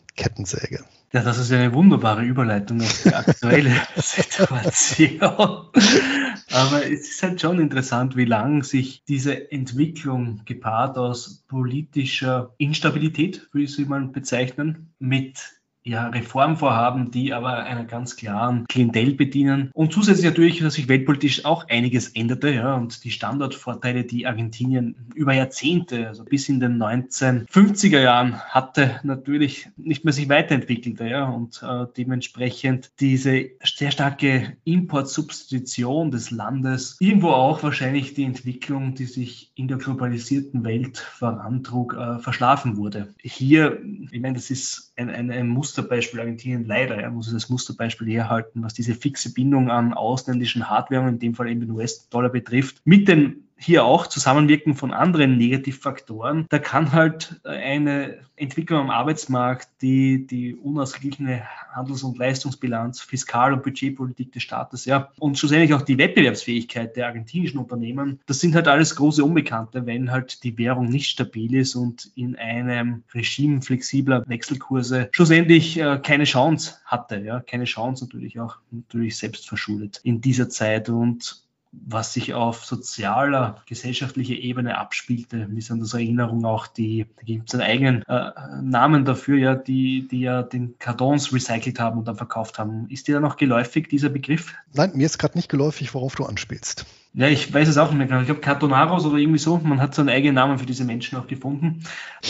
Kettensäge. Ja, das ist eine wunderbare Überleitung auf die aktuelle Situation. Aber es ist halt schon interessant, wie lange sich diese Entwicklung gepaart aus politischer Instabilität, würde ich sie mal bezeichnen, mit Reformvorhaben, die aber einer ganz klaren Klientel bedienen. Und zusätzlich natürlich, dass sich weltpolitisch auch einiges änderte, und die Standortvorteile, die Argentinien über Jahrzehnte, also bis in den 1950er Jahren hatte, natürlich nicht mehr sich weiterentwickelte, und dementsprechend diese sehr starke Importsubstitution des Landes, irgendwo auch wahrscheinlich die Entwicklung, die sich in der globalisierten Welt vorantrug, verschlafen wurde. Hier, ich meine, das ist ein Musterbeispiel Argentinien leider, muss ich das Musterbeispiel herhalten, was diese fixe Bindung an ausländischen Hardware, in dem Fall eben den US-Dollar betrifft, mit den hier auch Zusammenwirken von anderen Negativfaktoren. Da kann halt eine Entwicklung am Arbeitsmarkt, die unausgeglichene Handels- und Leistungsbilanz, Fiskal- und Budgetpolitik des Staates, und schlussendlich auch die Wettbewerbsfähigkeit der argentinischen Unternehmen, das sind halt alles große Unbekannte, wenn halt die Währung nicht stabil ist und in einem Regime flexibler Wechselkurse schlussendlich keine Chance hatte, keine Chance natürlich selbst verschuldet in dieser Zeit. Und was sich auf sozialer, gesellschaftlicher Ebene abspielte, wie es an der Erinnerung auch da gibt es einen eigenen Namen dafür, die den Kartons recycelt haben und dann verkauft haben. Ist dir da noch geläufig, dieser Begriff? Nein, mir ist gerade nicht geläufig, worauf du anspielst. Ja, ich weiß es auch nicht mehr genau. Ich glaube, Cartonaros oder irgendwie so. Man hat so einen eigenen Namen für diese Menschen auch gefunden.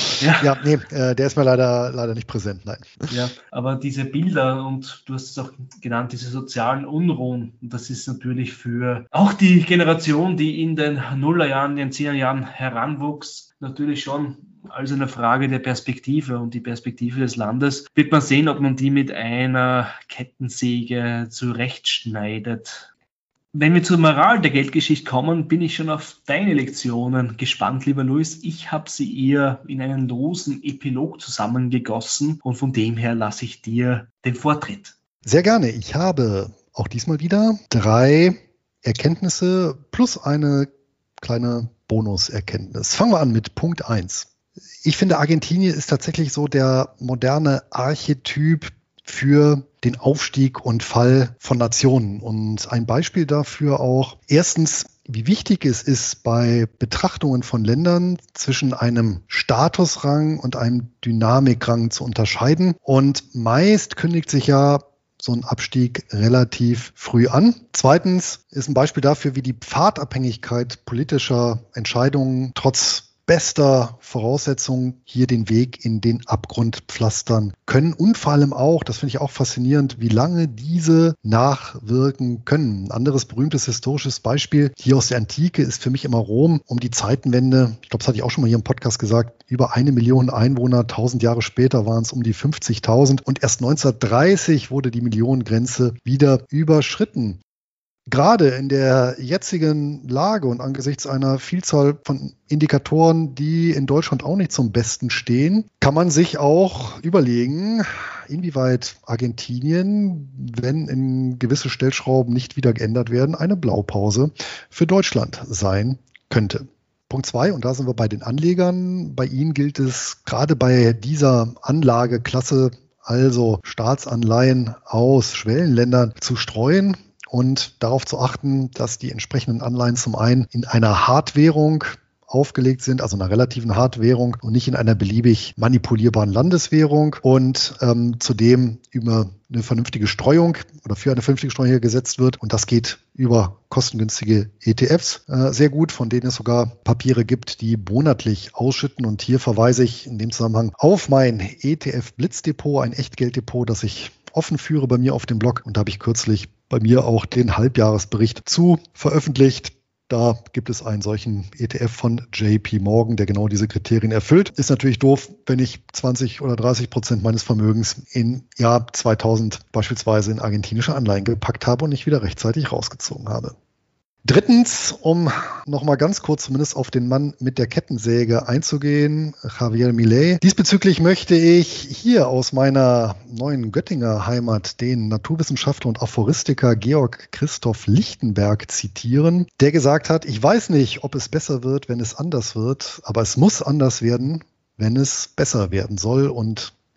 Der ist mir leider nicht präsent, nein. Ja, aber diese Bilder, und du hast es auch genannt, diese sozialen Unruhen, das ist natürlich für auch die Generation, die in den Nullerjahren, den 10er-Jahren heranwuchs, natürlich schon als eine Frage der Perspektive, und die Perspektive des Landes wird man sehen, ob man die mit einer Kettensäge zurechtschneidet. Wenn wir zur Moral der Geldgeschichte kommen, bin ich schon auf deine Lektionen gespannt, lieber Luis. Ich habe sie eher in einen losen Epilog zusammengegossen, und von dem her lasse ich dir den Vortritt. Sehr gerne. Ich habe auch diesmal wieder 3 Erkenntnisse plus eine kleine Bonuserkenntnis. Fangen wir an mit Punkt 1. Ich finde, Argentinien ist tatsächlich so der moderne Archetyp für den Aufstieg und Fall von Nationen. Und ein Beispiel dafür auch, erstens, wie wichtig es ist, bei Betrachtungen von Ländern zwischen einem Statusrang und einem Dynamikrang zu unterscheiden. Und meist kündigt sich ja so ein Abstieg relativ früh an. Zweitens ist ein Beispiel dafür, wie die Pfadabhängigkeit politischer Entscheidungen trotz bester Voraussetzungen hier den Weg in den Abgrund pflastern können, und vor allem auch, das finde ich auch faszinierend, wie lange diese nachwirken können. Ein anderes berühmtes historisches Beispiel hier aus der Antike ist für mich immer Rom um die Zeitenwende. Ich glaube, das hatte ich auch schon mal hier im Podcast gesagt, über 1 Million Einwohner, 1000 Jahre später waren es um die 50.000, und erst 1930 wurde die Millionengrenze wieder überschritten. Gerade in der jetzigen Lage und angesichts einer Vielzahl von Indikatoren, die in Deutschland auch nicht zum Besten stehen, kann man sich auch überlegen, inwieweit Argentinien, wenn in gewisse Stellschrauben nicht wieder geändert werden, eine Blaupause für Deutschland sein könnte. Punkt 2, und da sind wir bei den Anlegern. Bei ihnen gilt es gerade bei dieser Anlageklasse, also Staatsanleihen aus Schwellenländern, zu streuen und darauf zu achten, dass die entsprechenden Anleihen zum einen in einer Hardwährung aufgelegt sind, also einer relativen Hardwährung und nicht in einer beliebig manipulierbaren Landeswährung, und zudem über eine vernünftige Streuung oder für eine vernünftige Streuung hier gesetzt wird. Und das geht über kostengünstige ETFs sehr gut, von denen es sogar Papiere gibt, die monatlich ausschütten. Und hier verweise ich in dem Zusammenhang auf mein ETF-Blitzdepot, ein Echtgelddepot, das ich offen führe bei mir auf dem Blog. Und da habe ich kürzlich bei mir auch den Halbjahresbericht zu veröffentlicht. Da gibt es einen solchen ETF von JP Morgan, der genau diese Kriterien erfüllt. Ist natürlich doof, wenn ich 20 oder 30% meines Vermögens im Jahr 2000 beispielsweise in argentinische Anleihen gepackt habe und nicht wieder rechtzeitig rausgezogen habe. Drittens, um nochmal ganz kurz zumindest auf den Mann mit der Kettensäge einzugehen, Javier Milei. Diesbezüglich möchte ich hier aus meiner neuen Göttinger Heimat den Naturwissenschaftler und Aphoristiker Georg Christoph Lichtenberg zitieren, der gesagt hat: Ich weiß nicht, ob es besser wird, wenn es anders wird, aber es muss anders werden, wenn es besser werden soll. Und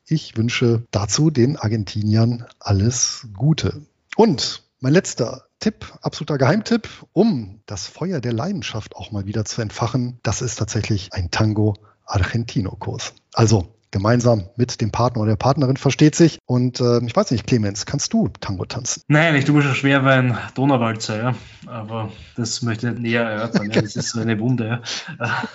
Ich wünsche dazu den Argentiniern alles Gute. Und mein letzter Tipp, absoluter Geheimtipp, um das Feuer der Leidenschaft auch mal wieder zu entfachen, das ist tatsächlich ein Tango Argentino-Kurs. Also gemeinsam mit dem Partner oder der Partnerin, versteht sich. Und ich weiß nicht, Clemens, kannst du Tango tanzen? Nein, ich tue mir schon schwer bei einem Donauwalzer, ja. Aber das möchte ich nicht näher erörtern. Ja. Das ist so eine Wunde. Ja.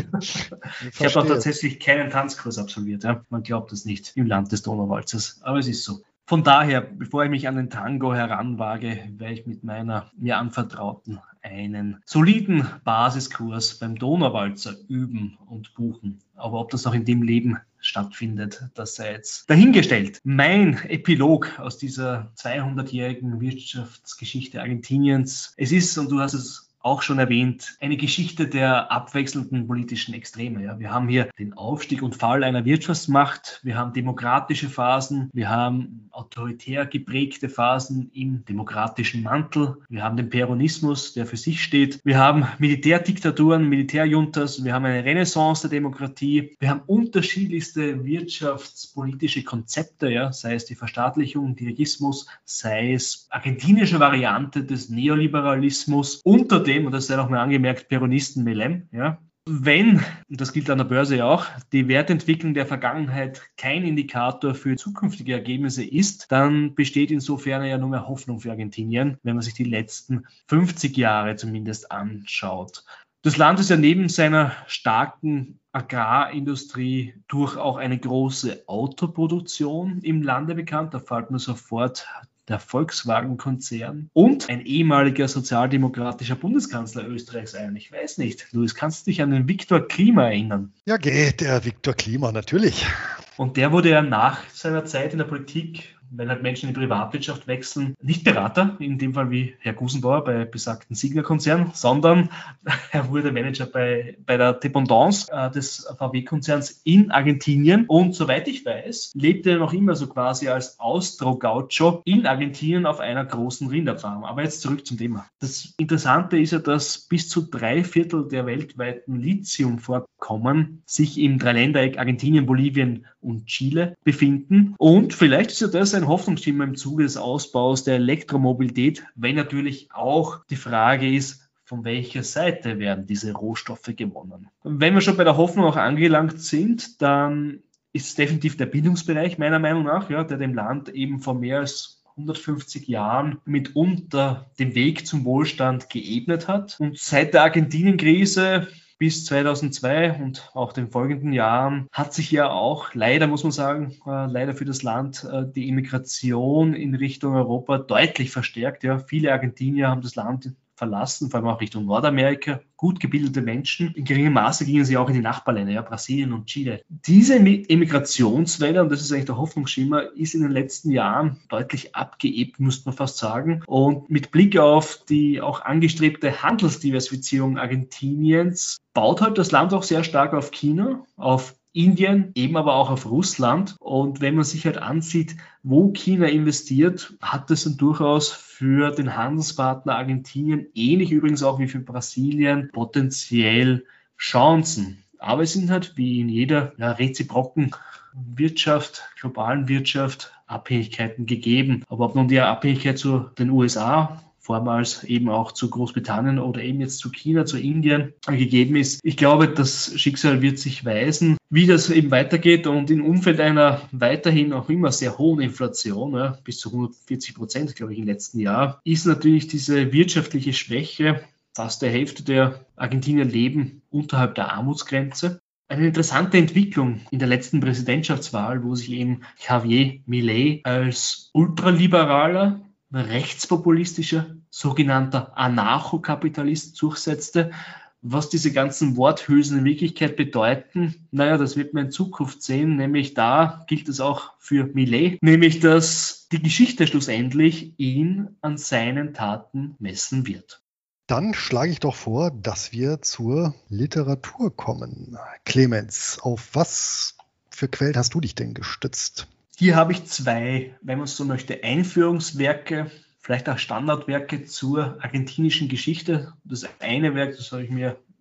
Ich habe auch tatsächlich keinen Tanzkurs absolviert. Ja. Man glaubt es nicht im Land des Donauwalzers. Aber es ist so. Von daher, bevor ich mich an den Tango heranwage, werde ich mit meiner mir anvertrauten einen soliden Basiskurs beim Donauwalzer üben und buchen. Aber ob das noch in dem Leben stattfindet, das sei jetzt dahingestellt. Mein Epilog aus dieser 200-jährigen Wirtschaftsgeschichte Argentiniens. Es ist, und du hast es auch schon erwähnt, eine Geschichte der abwechselnden politischen Extreme. Ja. Wir haben hier den Aufstieg und Fall einer Wirtschaftsmacht, wir haben demokratische Phasen, wir haben autoritär geprägte Phasen im demokratischen Mantel, wir haben den Peronismus, der für sich steht, wir haben Militärdiktaturen, Militärjuntas, wir haben eine Renaissance der Demokratie, wir haben unterschiedlichste wirtschaftspolitische Konzepte, ja, sei es die Verstaatlichung, Dirigismus, sei es argentinische Variante des Neoliberalismus, unter dem, und das sei noch mal angemerkt, Peronisten Melem, ja. Wenn, und das gilt an der Börse ja auch, die Wertentwicklung der Vergangenheit kein Indikator für zukünftige Ergebnisse ist, dann besteht insofern ja nur mehr Hoffnung für Argentinien, wenn man sich die letzten 50 Jahre zumindest anschaut. Das Land ist ja neben seiner starken Agrarindustrie durch auch eine große Autoproduktion im Lande bekannt. Da fällt mir sofort der Volkswagen-Konzern und ein ehemaliger sozialdemokratischer Bundeskanzler Österreichs ein. Ich weiß nicht, Luis, kannst du dich an den Viktor Klima erinnern? Ja, geht der Viktor Klima, natürlich. Und der wurde ja nach seiner Zeit in der Politik, wenn halt Menschen in die Privatwirtschaft wechseln, nicht Berater, in dem Fall wie Herr Gusenbauer bei besagten Signa-Konzern, sondern er wurde Manager bei der Dependance des VW-Konzerns in Argentinien. Und soweit ich weiß, lebte er noch immer so quasi als Austro-Gaucho in Argentinien auf einer großen Rinderfarm. Aber jetzt zurück zum Thema. Das Interessante ist ja, dass bis zu 3/4 der weltweiten Lithiumvorkommen sich im Dreiländereck Argentinien, Bolivien und Chile befinden. Und vielleicht ist ja das ein Hoffnungsschimmer im Zuge des Ausbaus der Elektromobilität, wenn natürlich auch die Frage ist, von welcher Seite werden diese Rohstoffe gewonnen. Wenn wir schon bei der Hoffnung auch angelangt sind, dann ist es definitiv der Bildungsbereich meiner Meinung nach, ja, der dem Land eben vor mehr als 150 Jahren mitunter den Weg zum Wohlstand geebnet hat. Und seit der Argentinien-Krise bis 2002 und auch den folgenden Jahren hat sich ja auch leider, muss man sagen, leider für das Land die Immigration in Richtung Europa deutlich verstärkt. Ja, viele Argentinier haben das Land verlassen, vor allem auch Richtung Nordamerika. Gut gebildete Menschen. In geringem Maße gingen sie auch in die Nachbarländer, ja, Brasilien und Chile. Diese Emigrationswelle, und das ist eigentlich der Hoffnungsschimmer, ist in den letzten Jahren deutlich abgeebbt, müsste man fast sagen. Und mit Blick auf die auch angestrebte Handelsdiversifizierung Argentiniens baut halt das Land auch sehr stark auf China, auf Indien, eben aber auch auf Russland. Und wenn man sich halt ansieht, wo China investiert, hat das dann durchaus für den Handelspartner Argentinien, ähnlich übrigens auch wie für Brasilien, potenziell Chancen. Aber es sind halt wie in jeder reziproken Wirtschaft, globalen Wirtschaft, Abhängigkeiten gegeben. Aber ob nun die Abhängigkeit zu den USA, vormals eben auch zu Großbritannien oder eben jetzt zu China, zu Indien gegeben ist. Ich glaube, das Schicksal wird sich weisen, wie das eben weitergeht, und im Umfeld einer weiterhin auch immer sehr hohen Inflation, ja, bis zu 140%, glaube ich, im letzten Jahr, ist natürlich diese wirtschaftliche Schwäche, fast der Hälfte der Argentinier leben unterhalb der Armutsgrenze. Eine interessante Entwicklung in der letzten Präsidentschaftswahl, wo sich eben Javier Milei als ultraliberaler, rechtspopulistischer, sogenannter Anarchokapitalist durchsetzte. Was diese ganzen Worthülsen in Wirklichkeit bedeuten, naja, das wird man in Zukunft sehen, nämlich da gilt es auch für Milei, nämlich dass die Geschichte schlussendlich ihn an seinen Taten messen wird. Dann schlage ich doch vor, dass wir zur Literatur kommen. Clemens, auf was für Quellen hast du dich denn gestützt? Hier habe ich zwei, wenn man so möchte, Einführungswerke, vielleicht auch Standardwerke zur argentinischen Geschichte. Das eine Werk, das habe ich mir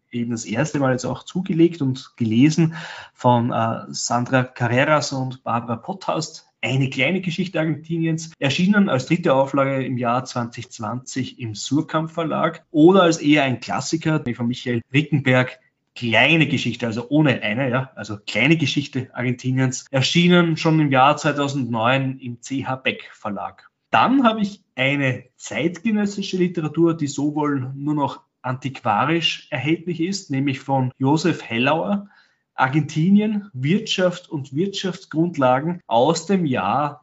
eben das erste Mal jetzt auch zugelegt und gelesen von Sandra Carreras und Barbara Potthast. Eine kleine Geschichte Argentiniens, erschienen als dritte Auflage im Jahr 2020 im Suhrkamp Verlag oder als eher ein Klassiker von Michael Rickenberg, kleine Geschichte, also ohne eine, ja, also kleine Geschichte Argentiniens, erschienen schon im Jahr 2009 im CH Beck Verlag. Dann habe ich eine zeitgenössische Literatur, die sowohl nur noch antiquarisch erhältlich ist, nämlich von Josef Hellauer, Argentinien, Wirtschaft und Wirtschaftsgrundlagen aus dem Jahr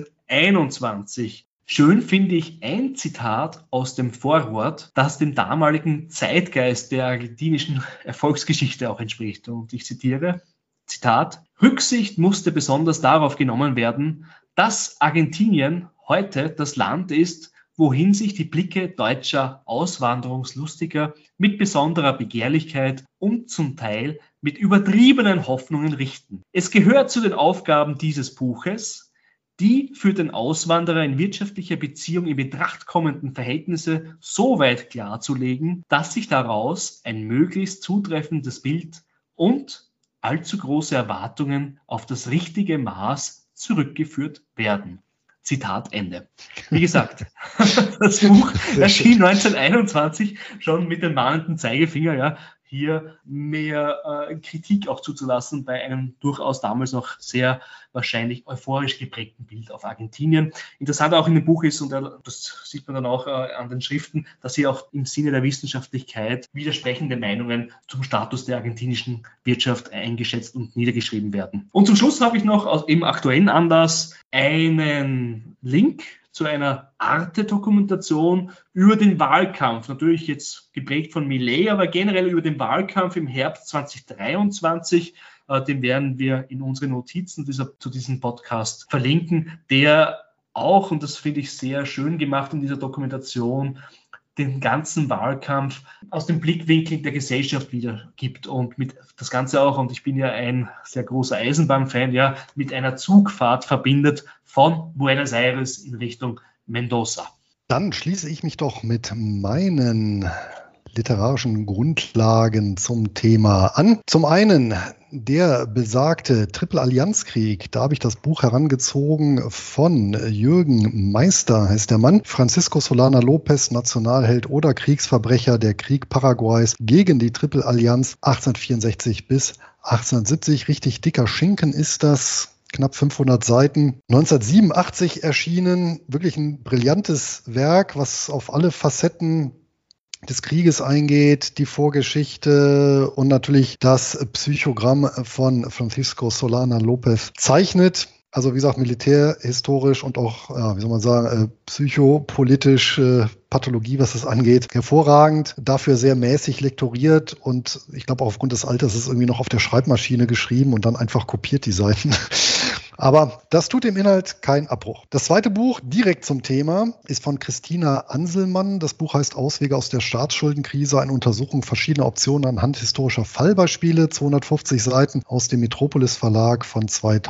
1921. Schön finde ich ein Zitat aus dem Vorwort, das dem damaligen Zeitgeist der argentinischen Erfolgsgeschichte auch entspricht. Und ich zitiere, Zitat, Rücksicht musste besonders darauf genommen werden, dass Argentinien heute das Land ist, wohin sich die Blicke deutscher Auswanderungslustiger mit besonderer Begehrlichkeit und zum Teil mit übertriebenen Hoffnungen richten. Es gehört zu den Aufgaben dieses Buches, die für den Auswanderer in wirtschaftlicher Beziehung in Betracht kommenden Verhältnisse so weit klarzulegen, dass sich daraus ein möglichst zutreffendes Bild und allzu große Erwartungen auf das richtige Maß zurückgeführt werden. Zitat Ende. Wie gesagt, das Buch erschien 1921 schon mit dem mahnenden Zeigefinger, ja, hier mehr Kritik auch zuzulassen bei einem durchaus damals noch sehr wahrscheinlich euphorisch geprägten Bild auf Argentinien. Interessant auch in dem Buch ist, und das sieht man dann auch an den Schriften, dass hier auch im Sinne der Wissenschaftlichkeit widersprechende Meinungen zum Status der argentinischen Wirtschaft eingeschätzt und niedergeschrieben werden. Und zum Schluss habe ich noch aus dem aktuellen Anlass einen Link zu einer Arte-Dokumentation über den Wahlkampf, natürlich jetzt geprägt von Milei, aber generell über den Wahlkampf im Herbst 2023. Den werden wir in unseren Notizen zu diesem Podcast verlinken, der auch, und das finde ich sehr schön gemacht in dieser Dokumentation, den ganzen Wahlkampf aus dem Blickwinkel der Gesellschaft wiedergibt und mit das Ganze auch, und ich bin ja ein sehr großer Eisenbahnfan, ja, mit einer Zugfahrt verbindet von Buenos Aires in Richtung Mendoza. Dann schließe ich mich doch mit meinen literarischen Grundlagen zum Thema an. Zum einen der besagte Triple-Allianz-Krieg. Da habe ich das Buch herangezogen von Jürgen Meister, heißt der Mann. Francisco Solana Lopez, Nationalheld oder Kriegsverbrecher, der Krieg Paraguays gegen die Triple-Allianz 1864 bis 1870. Richtig dicker Schinken ist das. Knapp 500 Seiten. 1987 erschienen. Wirklich ein brillantes Werk, was auf alle Facetten des Krieges eingeht, die Vorgeschichte und natürlich das Psychogramm von Francisco Solana Lopez zeichnet. Also wie gesagt, militärhistorisch und auch, ja, wie soll man sagen, psychopolitisch, Pathologie, was das angeht, hervorragend. Dafür sehr mäßig lektoriert und ich glaube auch aufgrund des Alters ist es irgendwie noch auf der Schreibmaschine geschrieben und dann einfach kopiert die Seiten. Aber das tut dem Inhalt keinen Abbruch. Das zweite Buch direkt zum Thema ist von Christina Anselmann. Das Buch heißt Auswege aus der Staatsschuldenkrise, eine Untersuchung verschiedener Optionen anhand historischer Fallbeispiele, 250 Seiten aus dem Metropolis Verlag von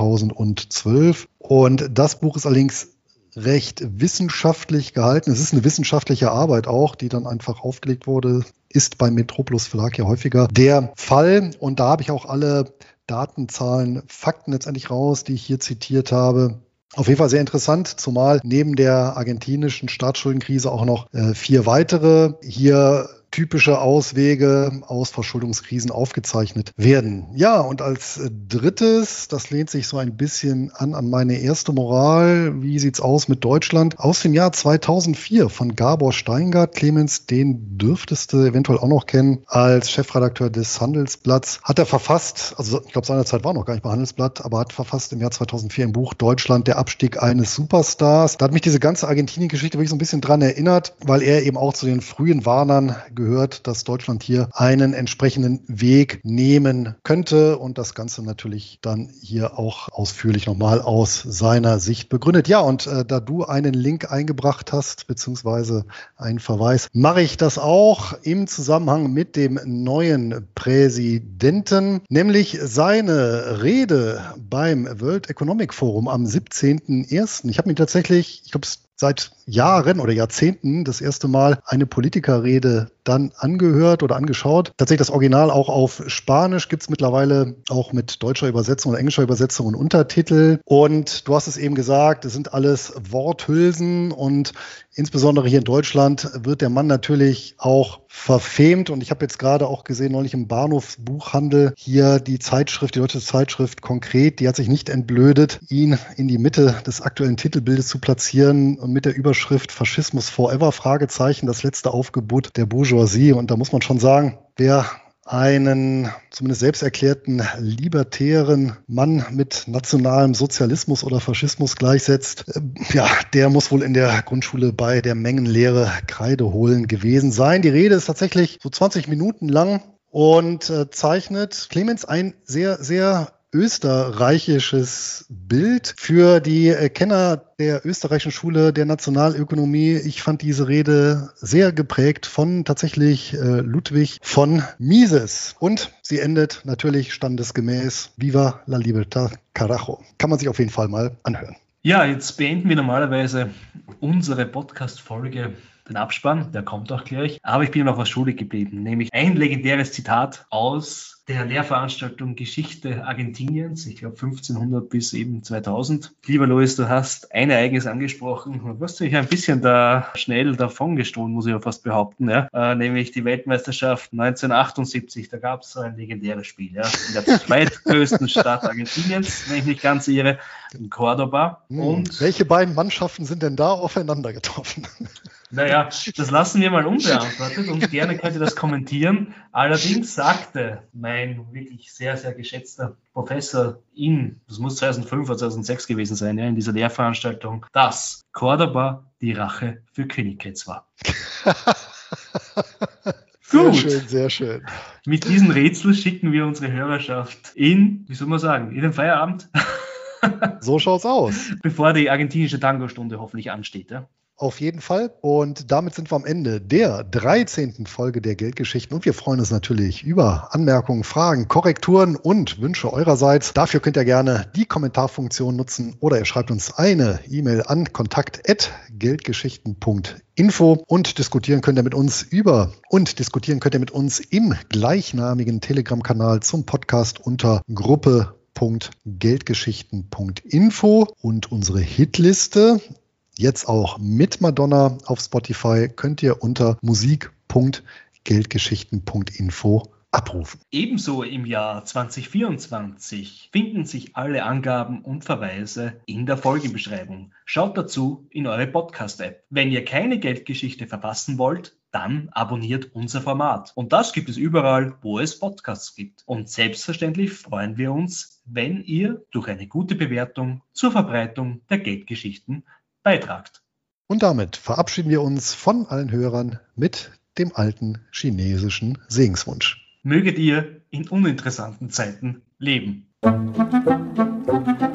2012. Und das Buch ist allerdings recht wissenschaftlich gehalten. Es ist eine wissenschaftliche Arbeit auch, die dann einfach aufgelegt wurde, ist beim Metropolis Verlag ja häufiger der Fall. Und da habe ich auch alle Daten, Zahlen, Fakten letztendlich raus, die ich hier zitiert habe. Auf jeden Fall sehr interessant, zumal neben der argentinischen Staatsschuldenkrise auch noch 4 weitere hier typische Auswege aus Verschuldungskrisen aufgezeichnet werden. Ja, und als drittes, das lehnt sich so ein bisschen an meine erste Moral, wie sieht's aus mit Deutschland? Aus dem Jahr 2004 von Gabor Steingart. Clemens, den dürftest du eventuell auch noch kennen, als Chefredakteur des Handelsblatts. Hat er verfasst, also ich glaube seinerzeit war noch gar nicht bei Handelsblatt, aber hat verfasst im Jahr 2004 im Buch Deutschland, der Abstieg eines Superstars. Da hat mich diese ganze Argentinien-Geschichte wirklich so ein bisschen dran erinnert, weil er eben auch zu den frühen Warnern gehört, dass Deutschland hier einen entsprechenden Weg nehmen könnte und das Ganze natürlich dann hier auch ausführlich nochmal aus seiner Sicht begründet. Ja, und da du einen Link eingebracht hast, beziehungsweise einen Verweis, mache ich das auch im Zusammenhang mit dem neuen Präsidenten, nämlich seine Rede beim World Economic Forum am 17.01. Ich habe mir tatsächlich, ich glaube, es seit Jahren oder Jahrzehnten das erste Mal eine Politikerrede dann angehört oder angeschaut. Tatsächlich das Original auch auf Spanisch, gibt es mittlerweile auch mit deutscher Übersetzung und englischer Übersetzung und Untertitel. Und du hast es eben gesagt, es sind alles Worthülsen und insbesondere hier in Deutschland wird der Mann natürlich auch verfemt. Und ich habe jetzt gerade auch gesehen, neulich im Bahnhofsbuchhandel hier die Zeitschrift, die deutsche Zeitschrift Konkret, die hat sich nicht entblödet, ihn in die Mitte des aktuellen Titelbildes zu platzieren und mit der Überschrift Faschismus Forever, Fragezeichen, das letzte Aufgebot der Bourgeoisie. Und da muss man schon sagen, wer einen zumindest selbst erklärten libertären Mann mit nationalem Sozialismus oder Faschismus gleichsetzt, der muss wohl in der Grundschule bei der Mengenlehre Kreide holen gewesen sein. Die Rede ist tatsächlich so 20 Minuten lang und zeichnet Clemens ein sehr, sehr österreichisches Bild für die Kenner der österreichischen Schule der Nationalökonomie. Ich fand diese Rede sehr geprägt von tatsächlich Ludwig von Mises. Und sie endet natürlich standesgemäß Viva la Libertad, carajo. Kann man sich auf jeden Fall mal anhören. Ja, jetzt beenden wir normalerweise unsere Podcast-Folge. Den Abspann, der kommt auch gleich. Aber ich bin noch was schuldig geblieben, nämlich ein legendäres Zitat aus der Lehrveranstaltung Geschichte Argentiniens, ich glaube 1500 bis eben 2000. Lieber Louis, du hast ein Ereignis angesprochen, du hast dich ein bisschen da schnell davon gestohlen, muss ich ja fast behaupten, ja? Nämlich die Weltmeisterschaft 1978, da gab es so ein legendäres Spiel, ja? In der zweitgrößten Stadt Argentiniens, wenn ich nicht ganz irre, in Cordoba. Und welche beiden Mannschaften sind denn da aufeinander getroffen? Naja, das lassen wir mal unbeantwortet und gerne könnt ihr das kommentieren. Allerdings sagte mein wirklich sehr, sehr geschätzter Professor das muss 2005 oder 2006 gewesen sein, ja, in dieser Lehrveranstaltung, dass Cordoba die Rache für Königgrätz war. Sehr Gut. schön, sehr schön. Mit diesem Rätsel schicken wir unsere Hörerschaft in den Feierabend. So schaut's aus. Bevor die argentinische Tango-Stunde hoffentlich ansteht, ja. Auf jeden Fall. Und damit sind wir am Ende der 13. Folge der Geldgeschichten. Und wir freuen uns natürlich über Anmerkungen, Fragen, Korrekturen und Wünsche eurerseits. Dafür könnt ihr gerne die Kommentarfunktion nutzen oder ihr schreibt uns eine E-Mail an kontakt@geldgeschichten.info und diskutieren könnt ihr mit uns im gleichnamigen Telegram-Kanal zum Podcast unter gruppe.geldgeschichten.info und unsere Hitliste jetzt auch mit Madonna auf Spotify könnt ihr unter musik.geldgeschichten.info abrufen. Ebenso im Jahr 2024 finden sich alle Angaben und Verweise in der Folgenbeschreibung. Schaut dazu in eure Podcast-App. Wenn ihr keine Geldgeschichte verpassen wollt, dann abonniert unser Format. Und das gibt es überall, wo es Podcasts gibt. Und selbstverständlich freuen wir uns, wenn ihr durch eine gute Bewertung zur Verbreitung der Geldgeschichten beitragt. Und damit verabschieden wir uns von allen Hörern mit dem alten chinesischen Segenswunsch. Möget ihr in uninteressanten Zeiten leben.